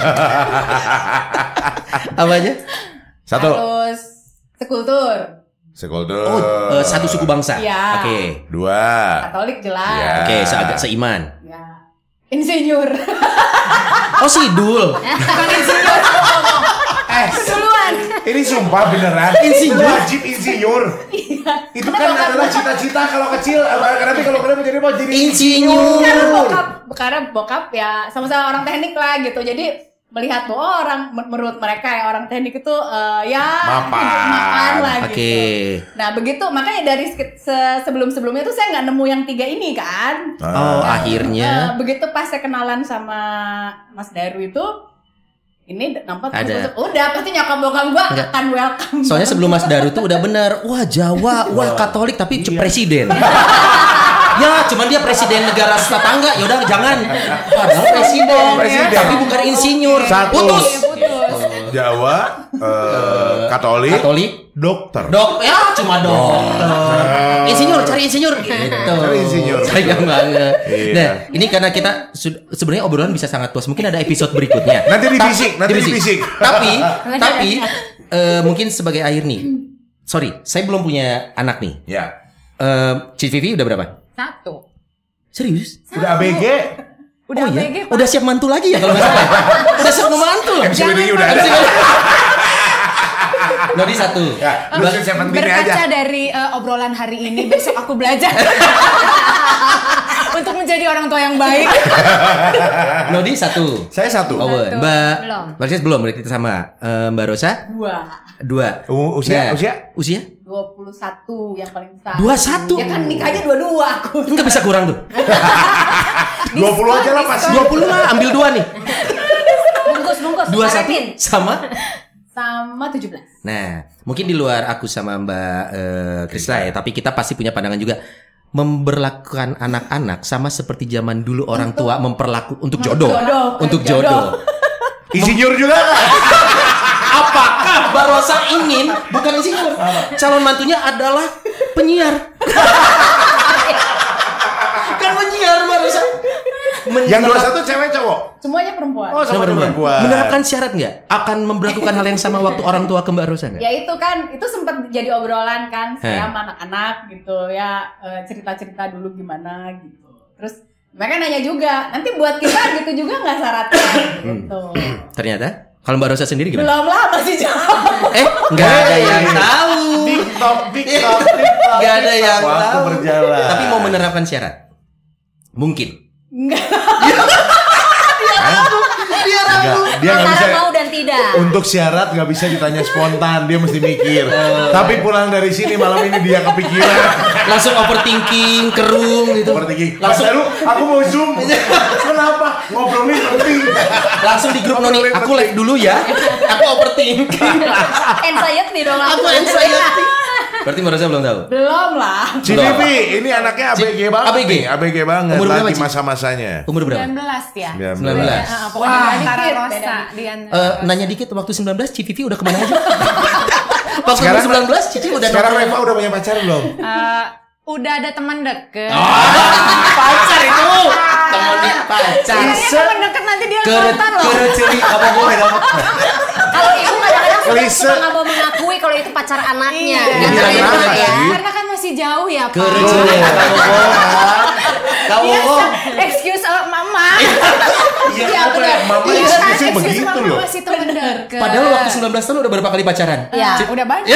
Apa aja? Satu. harus sekultur, Sekultur. Oh, eh, satu suku bangsa. Iya. Oke. Dua. Katolik jelas. Iya. Oke, seagak seiman. Ya. Insinyur. Oh, sidul. Bukan insinyur aku ngomong. Eh, Duluan. ini sumpah beneran. Insinyur. Wajib insinyur. Itu kan adalah cita-cita kalau kecil. Tapi kalau gede menjadi mau jadi Insinyur. Karena bokap, karena bokap ya sama-sama orang teknik lah gitu. Jadi melihat bahwa orang menurut mereka ya orang teknik itu uh, ya Mapan. mapan lah Oke. gitu. Nah begitu makanya dari se- sebelum-sebelumnya tuh saya nggak nemu yang tiga ini kan. Oh, Nah, akhirnya eh, begitu pas saya kenalan sama Mas Daru itu ini nampak Ada. udah pasti nyokap bokap gua Enggak. akan welcome. soalnya sebelum Mas Daru tuh udah bener. Wah, Jawa, wah Katolik tapi Iya. presiden. Ya, cuman dia presiden negara tetangga. Ya udah jangan. Padahal presiden, Presiden. tapi bukan insinyur. Satu. Putus. Putus. Jawa, eh, Katolik, Katolik, dokter. dok, ya cuma dokter. Insinyur, cari insinyur gitu. Cari insinyur. Sayang banget. Iya. Nah, ini karena kita sud- sebenarnya obrolan bisa sangat puas. Mungkin ada episode berikutnya. Nanti Ta- dibisik, nanti dibisik. Tapi, tapi eh, mungkin sebagai akhir nih. Sorry, saya belum punya anak nih. Ya. Eh, Cici Vivi udah berapa? Satu. Serius? Udah A B G. Udah oh iya? A B G, Pak. Udah siap mantu lagi ya kalau nggak salah? Udah siap mantu loh. M C W D I udah ada. Nodi satu. Ya, lu siapa bini Berkaca aja. dari uh, obrolan hari ini, besok aku belajar untuk menjadi orang tua yang baik. Nodi satu. Saya satu. Oh, Satu. Mbak Belum. Mbak Rizky belum, berarti kita sama. Eh, Mbak Rosa Dua. dua. U- usia, Nah, usia? Usia? dua puluh satu yang paling besar. dua puluh satu. Ya kan nikahnya dua-dua aku. Enggak bisa kurang tuh. dua puluh aja lah pasti. dua puluh lah, ambil dua nih. Bungkus bungkus. dua puluh satu Arepin. sama. Sama tujuh belas. Nah, mungkin di luar aku sama Mbak eh, Krisla ya, tapi kita pasti punya pandangan juga. Memberlakukan anak-anak sama seperti zaman dulu orang tua memperlaku untuk jodoh, jodoh, untuk jodoh. jodoh. Insinyur juga kan? Apakah Mbak Rosa ingin bukan insinyur, calon mantunya adalah penyiar? Kan penyiar Mbak Rosa. Yang dua puluh satu cewek cowok? Semuanya perempuan. Oh, sama perempuan. Menerapkan syarat nggak? Akan memperlakukan hal yang sama waktu orang tua ke Mbak Rosa nggak? Ya itu kan, itu sempat jadi obrolan kan, Eh. saya sama anak-anak gitu ya, eh, cerita-cerita dulu gimana gitu. Terus Mereka nanya juga, nanti buat kita gitu juga nggak syaratnya gitu. Ternyata kalau Mbak Rosa sendiri gimana? Belum lah, masih jauh. Eh, nggak ada yang tahu. TikTok, TikTok, TikTok. Nggak ada yang Waktu tahu. berjalan. Tapi mau menerapkan syarat? Mungkin. Enggak. Enggak, dia nggak bisa. Antara mau dan tidak. Untuk syarat nggak bisa ditanya spontan, dia mesti mikir. Tapi pulang dari sini malam ini dia kepikiran. Langsung overthinking, kerung gitu. Overthinking. Langsung Lalu aku mau zoom. Kenapa? Ngobrolin penting. langsung di grup Noni, aku live dulu ya. Aku overthinking. Anxiety dong. Aku anxiety. Berarti Mbak Rosa belum tahu. Belum lah. C V V, ini anaknya A B G banget. A B G? nih, A B G banget. Umur berapa, Lagi Ci? masa-masanya. Umur berapa? sembilan belas ya. sembilan belas. Uh, pokoknya Wah, di antara dikit, Rosa beda di antara Eh, Rosa. nanya dikit, waktu sembilan belas C V V udah kemana aja? Waktu Sekarang- sembilan belas Cici udah Sekarang nongkrong. Reva udah punya pacar belum? Eh, udah ada teman deket. Pacar itu. Temen pacar. Kayaknya teman deket nanti dia Kere nonton loh. kere ceri apa boleh dong? Kalau ibu kadang-kadang suka, Klise. suka nggak mau mengakui kalau itu pacar anaknya. Iya. Di antara Iya, itu iya, ya. iya. Karena kan masih jauh ya, Pak. Kere ceri kamu bohong. Kamu Biasa, bohong. excuse uh, mama. Iya, Iya, apa benar. ya? Mama Iya, excuse excuse begitu mama loh. masih teman deket. Padahal waktu sembilan belas tahun udah berapa kali pacaran? Iya. Ya, udah banyak.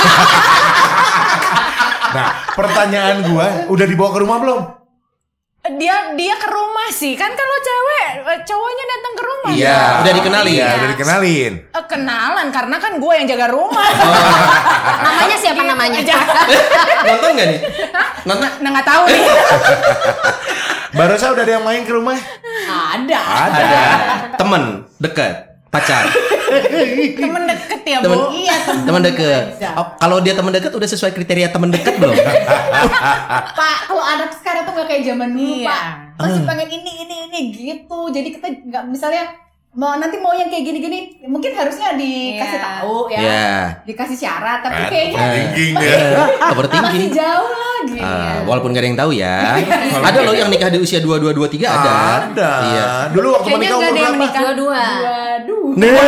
Nah, pertanyaan gua udah dibawa ke rumah belum? Dia dia ke rumah sih. Kan kalau cewek eh, cowoknya datang ke rumah. Iya, udah dikenalin. Iya, Iya. udah dikenalin. Eh, kenalan karena kan gue yang jaga rumah. Namanya siapa namanya? Nonton nggak nih? Nonton? Nah, nggak tahu nih. Mbak Rosa udah ada yang main ke rumah? Ada. Ada. Ada. Temen dekat, pacar. Temen deket ya, Temen, Bu. Iya, temen temen dekat. aja. Oh, kalau dia temen dekat udah sesuai kriteria temen dekat belum? Pak, kalau anak sekarang tuh nggak kayak zaman dulu, Iya. Pak. Masih pengen ini ini ini gitu. Jadi kita nggak misalnya mau nanti mau yang kayak gini-gini, mungkin harusnya dikasih Iya. tahu ya. Iya. Dikasih syarat, tapi Kan, kayaknya overthinking ya. masih Overthinking. jauh lagi. Ah, walaupun gak ada yang tahu ya. Ada loh yang nikah di usia dua puluh dua, dua puluh tiga ada. Ada. Iya. Dulu waktu Kayaknya menikah nggak umur ada yang berapa? menikah. Dua-dua. Waduh.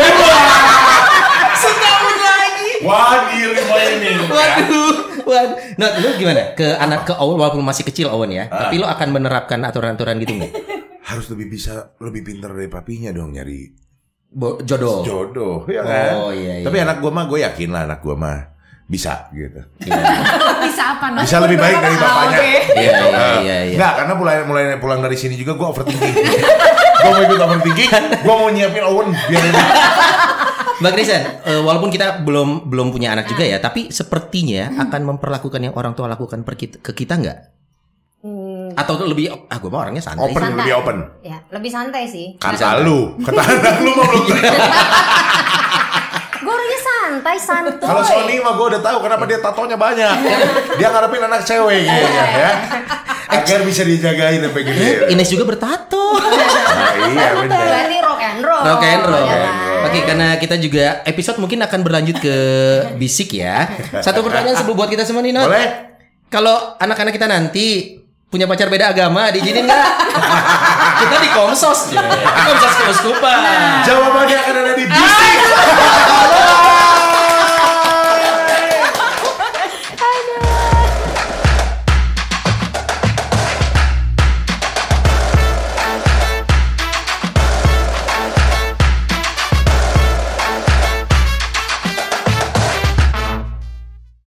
Setahun lagi. Wah, gila ini. Waduh. Waduh. Nah, lu gimana? Ke anak ke Owen walaupun masih kecil Owen ya. Tapi lu akan menerapkan aturan-aturan gitu nggak? Harus lebih bisa, lebih pintar dari papinya dong nyari Bo- jodoh. jodoh, ya kan? Oh, iya, iya. Tapi anak gua mah, gue yakin lah anak gua mah bisa gitu. Bisa apa? Nos? Bisa lebih baik dari bapaknya. Oke. Iya, iya, iya, iya. Enggak, karena mulai mulai pulang dari sini juga gue overthinking. Gue mau ikut overthinking, gue mau nyiapin Owen biar ini. Mbak Kristen, eh, walaupun kita belum belum punya anak juga ya, tapi sepertinya akan memperlakukan yang orang tua lakukan per kita, ke kita nggak? Hmm, Atau tuh lebih, ah gue mah orangnya santai. Open, sih. lebih open. ya, lebih santai sih. Kata lu, kata anak lu mah belum tahu. Gue orangnya santai, santuy. Kalau Sony mah gue udah tahu kenapa dia tatonya banyak. Dia ngarepin anak cewek kayaknya ya. Agar bisa dijagain sampai gede. Ines juga bertato. Nah, iya benar. Berarti rock and roll. Rock and roll. Ya kan? Oke, karena kita juga episode mungkin akan berlanjut ke bisik ya. Satu pertanyaan sebelum buat kita semua nih, Not. Boleh? Kalau anak-anak kita nanti punya pacar beda agama, diizinin nggak? Kita di Komsos, ya. Di Komsos Keuskupan. Jawaban